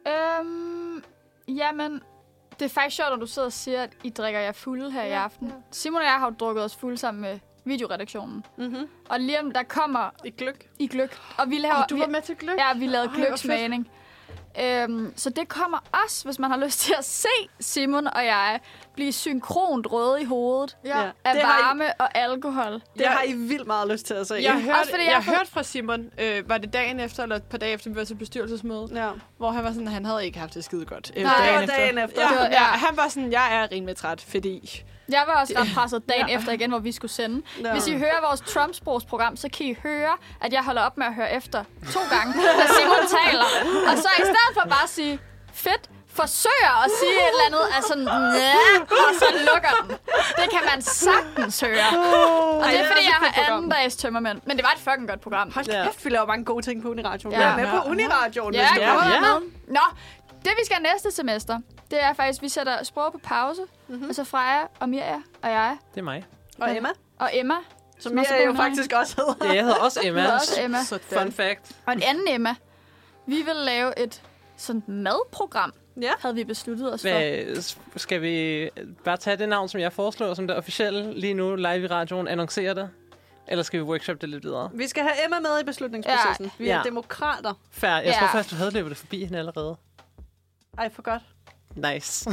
Jamen, det er faktisk sjovt, når du sidder og siger, at I drikker jer fulde her i aften. Ja. Simon og jeg har jo drukket os fulde sammen med videoredaktionen. Mm-hmm. Og lige om der kommer... I gløk. Og vi laver... du var med til gløk? Ja, vi lavede gløksmagning. Så det kommer også, hvis man har lyst til at se Simon og jeg blive synkront røde i hovedet af varme og alkohol. Det har I vildt meget lyst til at se. Jeg hørte fra Simon, var det dagen efter, eller et par dage efter, vi var til bestyrelsesmøde, hvor han var sådan, at han havde ikke haft det skide godt. Dagen efter. Ja, han var sådan, jeg er rimelig træt, fordi... Jeg var også ret presset dagen efter igen, hvor vi skulle sende. No. Hvis I hører vores Trump-sprogsprogram, så kan I høre, at jeg holder op med at høre efter 2 gange, da Simon taler. Og så i stedet for bare at sige, fedt, forsøger at sige et eller andet, altså, og så lukker den. Det kan man sagtens høre. Og det er, fordi jeg har anden-dags tømmermænd. Men det var et fucking godt program. Hold kæft, vi laver mange gode ting på Uniradioen. Ja. Vi er med på Uniradioen. Ja, med. Nå, det vi skal næste semester, det er faktisk, vi sætter sprog på pause. Mm-hmm. Og så Freja og Mirja og jeg. Det er mig. Og Emma. Og Emma. Som Mirja jo faktisk også hedder. Ja, jeg hedder også Emma. Fun fact. Og en anden Emma. Vi vil lave et sådan madprogram. Ja. Havde vi besluttet os for. Skal vi bare tage det navn, som jeg foreslår, som det officielle lige nu live i radioen, annoncere det? Eller skal vi workshop det lidt videre? Vi skal have Emma med i beslutningsprocessen. Ja. Vi er demokrater. Fair. Jeg tror faktisk, du havde løbet det forbi hende allerede. Ej, for godt. Nice.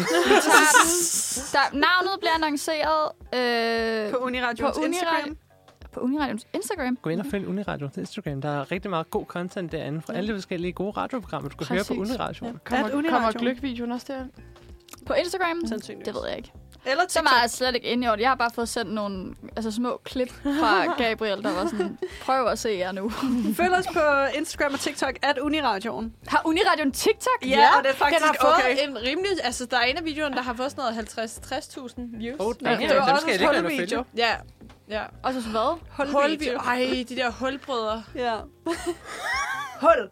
Navnet bliver annonceret på Uniradions Instagram. På Uniradions Instagram. Gå ind og følg Uniradions Instagram. Der er rigtig meget god content derinde fra alle de forskellige gode radioprogrammer, du kan høre på Uniradio. Kommer gløkvideoen også der? På Instagram? Det ved jeg ikke. Eller så meget er jeg slet ikke inde i år. Jeg har bare fået sendt nogle små klip fra Gabriel, der var sådan, prøv at se jer nu. Følg os på Instagram og TikTok @Uniradioen. Har Uniradioen TikTok? Ja, og det er faktisk den har fået en rimelig... Altså, der er en af videoerne, der har fået sådan noget 50-60.000 views. Det var også en hulvideo. Ja. Og så hvad? Hulvideo. Ej, de der hulbrødre. Ja. Hold.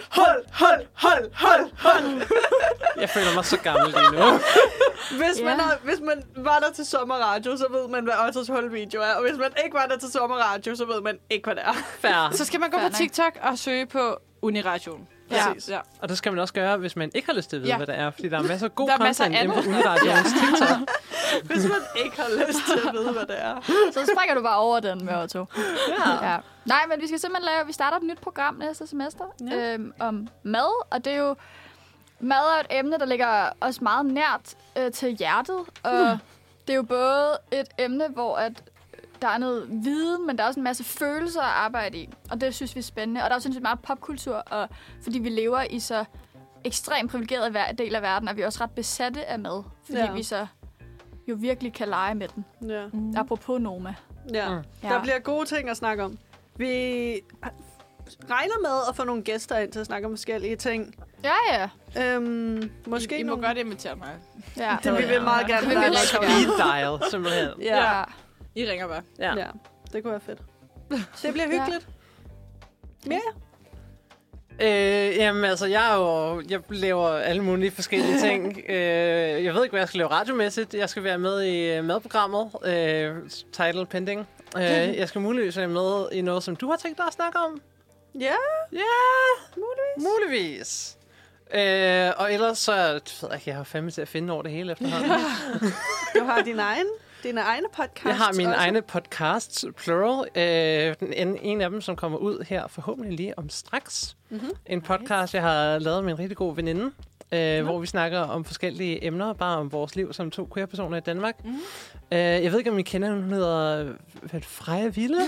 Jeg føler mig så gammel lige nu. Hvis man var der til sommerradio, så ved man, hvad Ottos hulvideo er. Og hvis man ikke var der til sommerradio, så ved man ikke, hvad det er. Fair. Så skal man gå på TikTok og søge på Uniradioen. Præcis. Ja. Og det skal man også gøre, hvis man ikke har lyst til at vide, hvad det er. Fordi der er masser af god content inde på Uniradioens TikTok. Hvis man ikke har lyst til at vide, hvad det er. Så springer du bare over den med Otto. Ja. Nej, men vi skal simpelthen vi starter et nyt program næste semester om mad. Og det er jo... Mad er et emne, der ligger os meget nært til hjertet. Og det er jo både et emne, hvor at der er noget viden, men der er også en masse følelser at arbejde i. Og det synes vi er spændende. Og der er også sindssygt meget popkultur, og fordi vi lever i så ekstremt privilegeret del af verden, er vi også ret besatte af mad. Fordi vi så jo virkelig kan lege med den. Ja. Apropos Noma. Ja. Der bliver gode ting at snakke om. Vi regner med at få nogle gæster ind til at snakke om forskellige ting. Ja. Måske I må godt invitere mig. Ja. Det vil vi meget gerne. Det vil vi speed dial, simpelthen. Ja. I ringer bare. Ja. Det kunne være fedt. Det bliver hyggeligt. Ja. Jamen, altså, jeg laver alle mulige forskellige ting. Jeg ved ikke, hvad jeg skal lave radiomæssigt. Jeg skal være med i madprogrammet. Title pending. Jeg skal muligvis være med i noget, som du har tænkt dig at snakke om. Ja. Ja. Muligvis. Og ellers så ved jeg ikke, jeg har fandme til at finde over det hele efterhånden. Du har dine egne podcasts. Jeg har mine egne podcasts, plural. En af dem, som kommer ud her forhåbentlig lige om straks. Mm-hmm. En podcast, jeg har lavet med en rigtig god veninde, hvor vi snakker om forskellige emner, bare om vores liv som 2 queer-personer i Danmark. Mm-hmm. Jeg ved ikke, om I kender, hun hedder Freja Ville.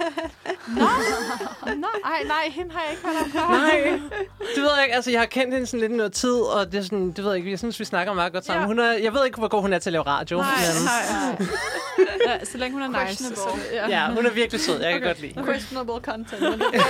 Nej, hende har jeg ikke hørt om før. Nej, det ved jeg ikke. Altså, jeg har kendt hende sådan lidt i noget tid, og det er sådan, det ved jeg ikke. Jeg synes, vi snakker meget godt sammen. Jeg ved ikke, hvor god hun er til at lave radio. Nej. Ja, så længe hun er nice. Ja, hun er virkelig sød. Jeg kan godt lide. Questionable content.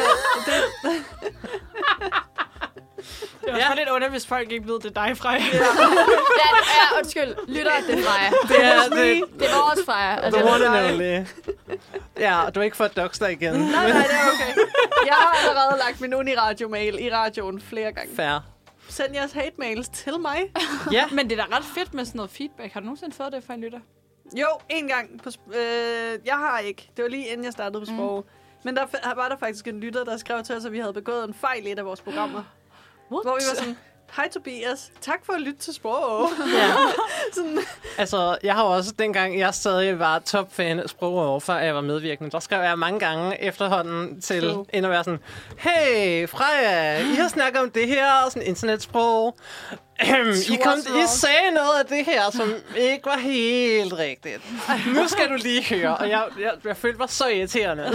Det er også lidt under, hvis folk ikke ved, det er dig, Freja. Ja, undskyld. Lytter, det er Freja. Det er vores Freja. The one and only. Ja, du har ikke fået doxter igen. Nej, det er okay. Jeg har allerede lagt min Uniradio-mail i radioen flere gange. Fair. send jeres hate-mails til mig. Ja. Men det er da ret fedt med sådan noget feedback. Har du nogensinde fået det fra en lytter? Jo, en gang. Jeg har ikke. Det var lige inden jeg startede på sprog. Men der var der faktisk en lytter, der skrev til os, at vi havde begået en fejl i et af vores programmer. Hvor vi var sådan, hej Tobias, tak for at lytte til sprog. Ja. Altså, jeg har også, dengang jeg stadig var topfan af Sprog, før jeg var medvirkende, der skrev jeg mange gange efterhånden til ind at være sådan, hey, Freja, I har snakket om det her, sådan internetsprog. I sagde noget af det her, som ikke var helt rigtigt. Nu skal du lige høre. Og jeg følte mig så irriterende.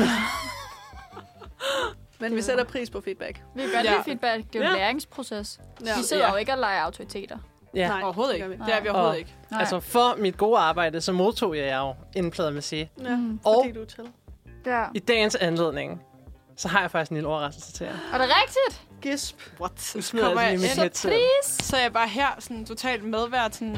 Men vi sætter pris på feedback. Vi kan godt lide feedback. Det er jo en læringsproces. Ja. Vi sidder jo ikke og leger autoriteter. Ja. Nej, overhovedet ikke. Det er vi overhovedet ikke. Nej. Altså, for mit gode arbejde, så modtog jeg jo en plade med sig. Ja, Og fordi du er til. Ja. i dagens anledning, så har jeg faktisk en lille overraskelse til jer. Er det rigtigt? Gisp. What? Nu smider Kommer jeg lige jeg mit ind? headset. Please. Så er jeg bare her, sådan totalt medvært, sådan...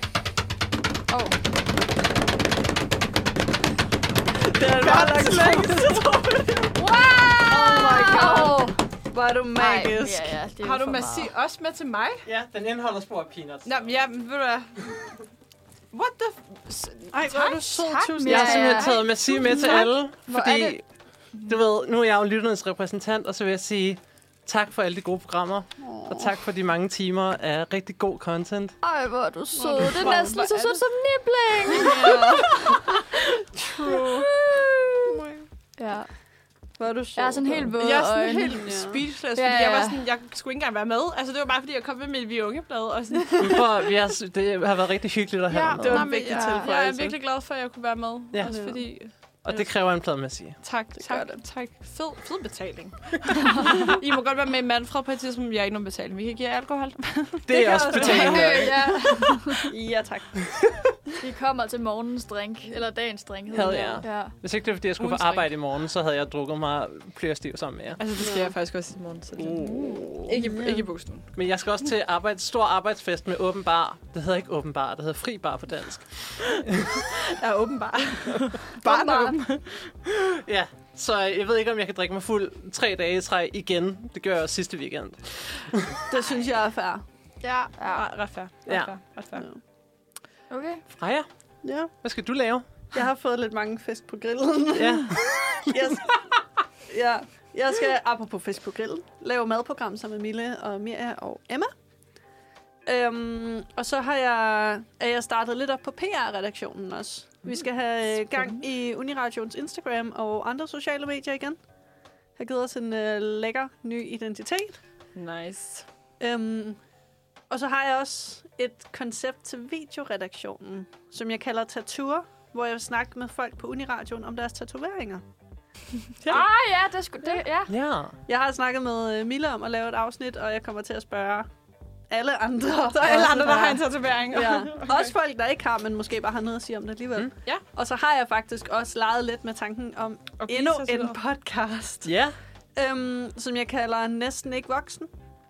Det er bare langt. Wow! Oh my god. Hvor er du magisk. Ja, det er Har jo du for Massi meget. også med til mig? Ja, den indeholder spor af peanuts. Nå, ja, ved du hvad? What the... Ej, hvor er du sød. Tak, Tusind Jeg har Ja, simpelthen ja. taget Massi med til alle, Hvor er fordi, det? du ved, nu er jeg jo lytternes repræsentant, og så vil jeg sige tak for alle de gode programmer, og tak for de mange timer af rigtig god content. Ej, hvor er du sød. Det er næsten lige så sødt som nibling. True. Ja. Hvor er du sød. Jeg er sådan helt våd Jeg er sådan øjne. helt speechless, fordi Ja, ja. jeg var sådan, jeg skulle ikke engang være med. Altså, det var bare, fordi jeg kom med mit Vi Unge-blad. Og sådan. Det har været rigtig hyggeligt at have dig det med. var en vigtig jeg er tilføjelse. virkelig glad for, at jeg kunne være med. Ja. Også fordi... Og det kræver en plade med Massi. Tak. Fed betaling. I må godt være med i Manfred på et tidspunkt, jeg har ikke nogen betaling. Vi kan give jer alkohol. Det er også betaling. Ja. Ja, tak. Vi kommer til morgens drink. Eller dagens drink. hedder Havde det. jeg. Ja. Hvis ikke det var, fordi jeg skulle på Ugens drink. arbejde i morgen, så havde jeg drukket mig plørestiv sammen med jer. Altså, det skal jeg faktisk også i morgen. Så ikke i bogstuen. Men jeg skal også til stor arbejdsfest med åben bar. Det hedder ikke åben bar, det hedder fri bar på dansk. Ja, åbenbart. Bare åben. Ja, så jeg ved ikke, om jeg kan drikke mig fuld 3 dage i træk igen. Det gør jeg også sidste weekend. Det synes jeg er fair. Ja, ret fair. Ret fair. Okay. Freja, Ja. hvad skal du lave? Jeg har fået lidt mange fisk på grillen. Ja. Jeg skal, apropos fisk på grillen, lave madprogram sammen med Mille og Mirja og Emma. Og så er jeg startet lidt op på PR-redaktionen også. Vi skal have gang i Uniradions Instagram og andre sociale medier igen. Har givet os en lækker ny identitet. Nice. Og så har jeg også et koncept til videoredaktionen, som jeg kalder Tattooer, hvor jeg vil snakke med folk på Uniradion om deres tatoveringer. Ja, det er sgu... Ja. Ja. Jeg har snakket med Mille om at lave et afsnit, og jeg kommer til at spørge alle andre. Så alle andre, der har en tatovering. Ja. Også folk, der ikke har, men måske bare har noget at sige om det alligevel. Ja. Og så har jeg faktisk også leget lidt med tanken om endnu en podcast, Ja. som jeg kalder Næsten ikke voksen.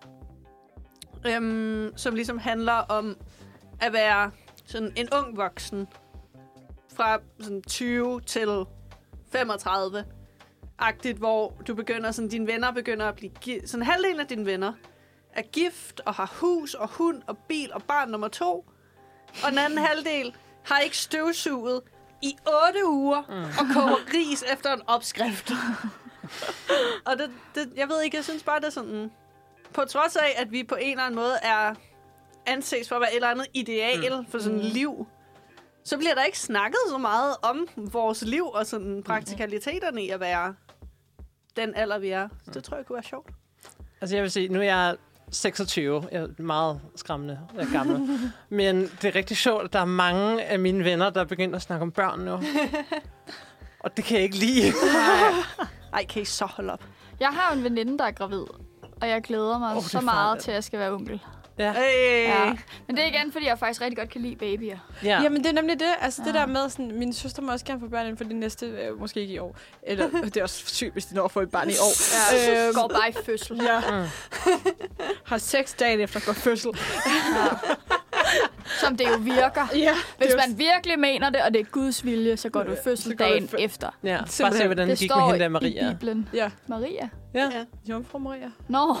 Som ligesom handler om at være sådan en ung voksen. Fra sådan 20 til 35-agtigt, hvor du begynder, sådan, dine venner begynder at blive sådan halvdelen af dine venner er gift og har hus og hund og bil og barn nummer 2. Og den anden halvdel har ikke støvsuget i 8 uger og koger ris efter en opskrift. Og jeg ved ikke, jeg synes bare, det er sådan... På trods af, at vi på en eller anden måde er anses for at være et eller andet ideal for sådan et liv, så bliver der ikke snakket så meget om vores liv og sådan praktikaliteterne i at være den alder, vi er. Så det tror jeg kunne være sjovt. Altså jeg vil sige, nu er jeg 26. Jeg er meget skræmmende. Jeg er gammel. Men det er rigtig sjovt, at der er mange af mine venner, der er begyndt at snakke om børn nu. Og det kan jeg ikke lide. Ej, kan I så holde op? Jeg har jo en veninde, der er gravid. Og jeg glæder mig det er så meget farligt. til, at jeg skal være onkel. Ja. Ja. Men det er igen, fordi jeg faktisk rigtig godt kan lide babyer. Ja. Jamen, det er nemlig det. Altså, det der med, sådan, min søster må også gerne få børn inden for de næste, måske ikke i år. Eller, det er også sygt, hvis de når at få et barn i år. Ja, går bare i fødsel. Ja. Har 6 dage efter at gå fødsel. som det jo virker. Ja, Hvis man virkelig mener det, og det er Guds vilje, så går du fødsel dagen efter. Ja, bare se, hvordan det gik med hende der Maria. I Bibelen. Ja. Maria? Ja. Jomfru Maria. Nå.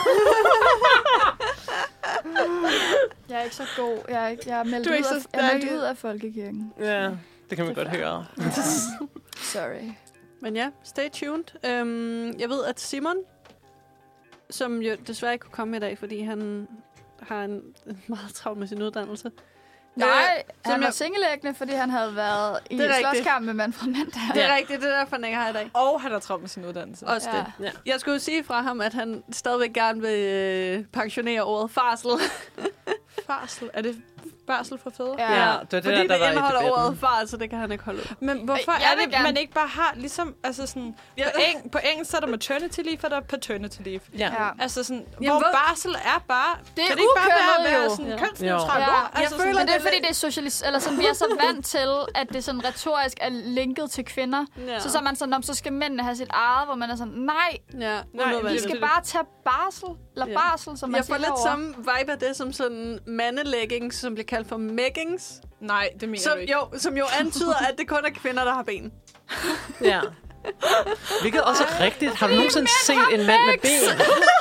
Jeg er ikke så god. Jeg er meldt ud af folkekirken. Ja, det kan man godt høre. Sorry. Men ja, stay tuned. Jeg ved, at Simon, som jo desværre ikke kunne komme i dag, fordi han har en meget travlt med sin uddannelse. Nej, han var singelæggende, fordi han havde været i slåskamp med Manfred Mandag. Det er rigtigt, det er derfor, han ikke har i dag. Og han har travlt med sin uddannelse. Også det. Ja. Jeg skulle jo sige fra ham, at han stadigvæk gerne vil pensionere ordet farsel. Farsel? Er det barsel for fædre? Ja, det er det, fordi der det var indeholder i debatten. ordet far, så det kan han ikke holde ud. Men hvorfor Jeg er vil det, gerne. man ikke bare har ligesom, altså sådan, på engelsk så er der maternity leave, og der er paternity leave. Ja. Altså sådan, Jamen, hvor barsel er bare, Det er kan det ikke bare være ukønnet, sådan jo. kønsneutral Ja. ord? Jeg Altså føler, Men det er fordi, det er socialist, eller sådan, vi er så vant til, at det sådan retorisk er linket til kvinder. Ja. Så er man sådan, så skal mændene have sit eget, hvor man er sådan, nej, Ja, Nej, vi skal bare tage barsel, eller barsel, som man jeg får siger lidt derovre. samme vibe af det, som sådan mandeleggings, som bliver kaldt for meggings. Nej, det mener Som du ikke. som jo antyder, at det kun er kvinder, der har ben. Ja. Hvilket også er rigtigt. Har du nogensinde set en mand med ben?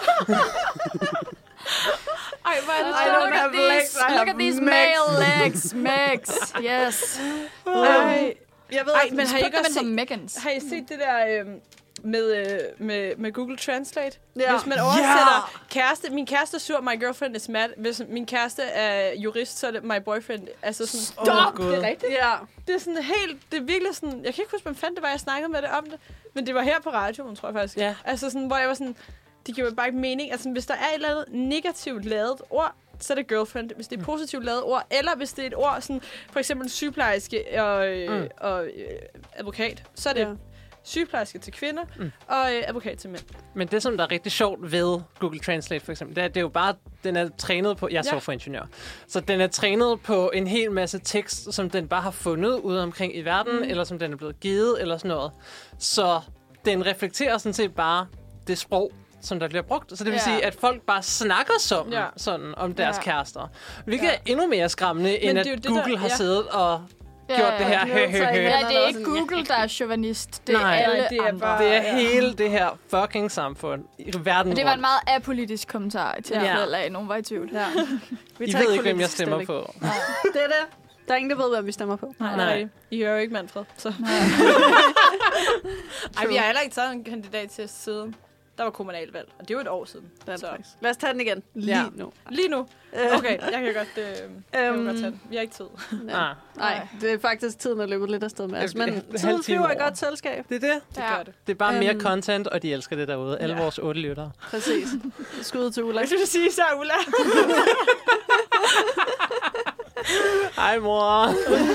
Ej, hvor er det I don't have legs, I Look have at these megs. male legs, megs, yes. Ej, Jeg ved, Ej, men har I ikke også som set, Megans? har I set det der med Google Translate? Ja. Hvis man oversætter kæreste, min kæreste er sur, my girlfriend is mad. Hvis min kæreste er jurist, så er det my boyfriend. Altså sådan, Stop! Det er rigtigt. Ja. Det er sådan helt, det er virkelig sådan, jeg kan ikke huske, hvem fanden det var, jeg snakkede med det om det, men det var her på radioen, tror jeg faktisk. Ja. Altså sådan, hvor jeg var sådan, det giver bare ikke mening. Altså hvis der er et eller andet negativt lavet ord, så er det girlfriend. Hvis det er et positivt lavet ord, eller hvis det er et ord, sådan, for eksempel sygeplejerske og advokat, så er det sygeplejerske til kvinder og advokat til mænd. Men det, som der er rigtig sjovt ved Google Translate for eksempel, det er jo bare, den er trænet på... Jeg er softwareingeniør. Så den er trænet på en hel masse tekst, som den bare har fundet ude omkring i verden, eller som den er blevet givet, eller sådan noget. Så den reflekterer sådan set bare det sprog, som der bliver brugt. Så det vil sige, at folk bare snakker sådan om deres kærester. Hvilket er endnu mere skræmmende, end at Google har siddet og gjort det her. Ja, det er ikke Google, der er chauvinist. Det er alle det er andre. bare- Det er hele det her fucking samfund i verden Og det var en rundt. meget apolitisk kommentar til at nogen var i tvivl. Ja. I ved ikke, hvem jeg stemmer på. Det er det. Der er ingen, der ved, hvem vi stemmer på. Nej. I hører jo ikke Manfred. Så. Ej, vi har heller ikke taget en kandidat til siden. Der var kommunalvalg, og det er jo et år siden. Så. Lad os tage den igen. Lige nu. Lige nu? Okay, jeg kan godt, jeg kan godt tage den. Vi har ikke tid. Nej, det er faktisk tiden er løbet lidt afsted med os. Men halv tiden time flyver i over. godt selskab. Det er det. Det gør det. Det er bare mere content, og de elsker det derude. Alle vores 8 lyttere. Præcis. Skud til Ulla. Hvad skal du sige så, Ulla? Hej, mor.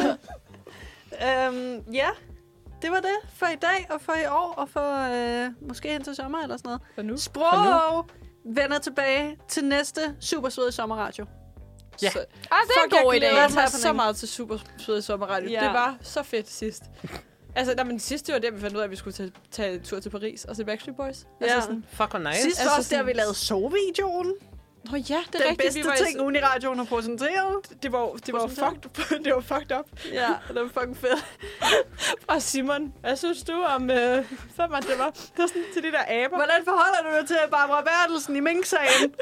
Ja, det var det for i dag, og for i år, og for måske hen til sommer eller sådan noget. For nu. Sprog vender tilbage til næste super søde sommerradio. Ja. Så, det er en god idé. Jeg glæder mig så meget til Super Søde Sommerradio. Ja. Det var så fedt sidst. Altså, men sidste år, der vi fandt ud af, at vi skulle tage en tur til Paris og se Backstreet Boys. Ja. Altså sådan, Fuck, hvor nice. Sidst Altså var også der, sådan- vi lavede sovevideoen. nå ja, det er Den rigtigt. bedste Vi var ting, Uniradioen har præsenteret. det var det var fucked up. Ja, det var fucking fedt. Og Simon, hvad synes du om, så var det var sådan til de der aber? Hvordan forholder du dig til Barbara Bertelsen i Mink-sagen?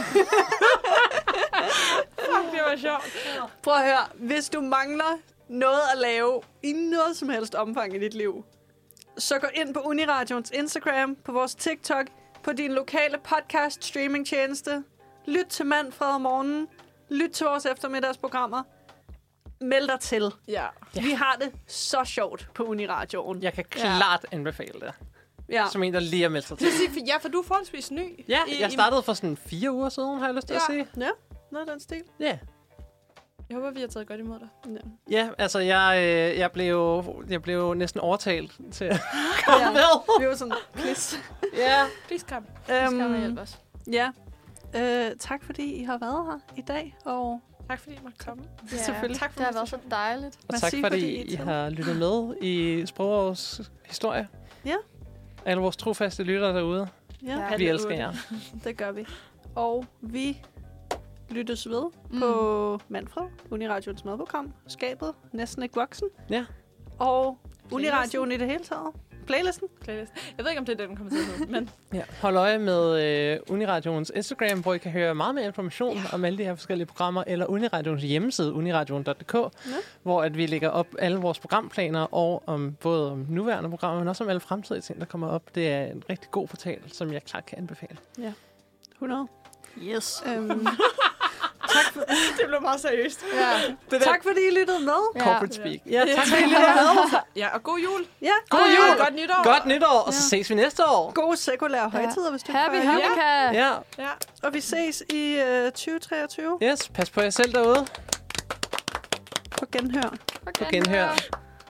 Fuck, det var sjovt. Prøv at høre, hvis du mangler noget at lave i noget som helst omfang i dit liv, så gå ind på Uniradions Instagram, på vores TikTok, på din lokale podcast streamingtjeneste. Lyt til Manfred om morgenen. Lyt til vores eftermiddagsprogrammer. Meld dig til. Ja. Vi har det så sjovt på Uniradioen. Jeg kan klart anbefale det. Ja. Som en, der lige har meldt sig til. Ja, for du er forholdsvis ny. Ja, jeg startede for sådan 4 uger siden, har jeg lyst til at sige. Ja, noget af den stil. Ja. Jeg håber, vi har taget godt imod dig. Ja, altså jeg blev næsten overtalt til at komme med. Vi var sådan, please. Ja. Please come. Skal man hjælpe os? Ja. Tak fordi I har været her i dag. Og Tak fordi I måtte komme. selvfølgelig. Tak for Det har været så dejligt. Og tak Merci, fordi I I er har lyttet med i Sprogårs historie. Ja. Alle vores trofaste lyttere derude. Ja, Vi elsker jer. det gør vi. Og vi lyttes ved på Manfred, Uniradions madprogram, Skabet, Næsten ikke voksen. Ja. Og Uniradioen i det hele taget. Playlisten. Jeg ved ikke, om det er den kommer til at hedde, men... Ja. Hold øje med Uniradions Instagram, hvor I kan høre meget mere information om alle de her forskellige programmer, eller Uniradions hjemmeside, uniradion.dk, hvor at vi lægger op alle vores programplaner, og både om nuværende programmer, men også om alle fremtidige ting, der kommer op. Det er en rigtig god portal, som jeg klart kan anbefale. Ja. 100. Yes. Tak for Det blev meget seriøst. Ja. Tak fordi I lyttede med. Corporate speak. Ja, tak fordi I lyttede med. Ja, og god jul. Ja. God jul. Godt nytår. Godt nytår, og så ses vi næste år. Gode sekulære højtider, hvis du Happy kan. Hanukkah. Ja. Og vi ses i 2023. Yes, pas på jer selv derude. På genhør. På genhør.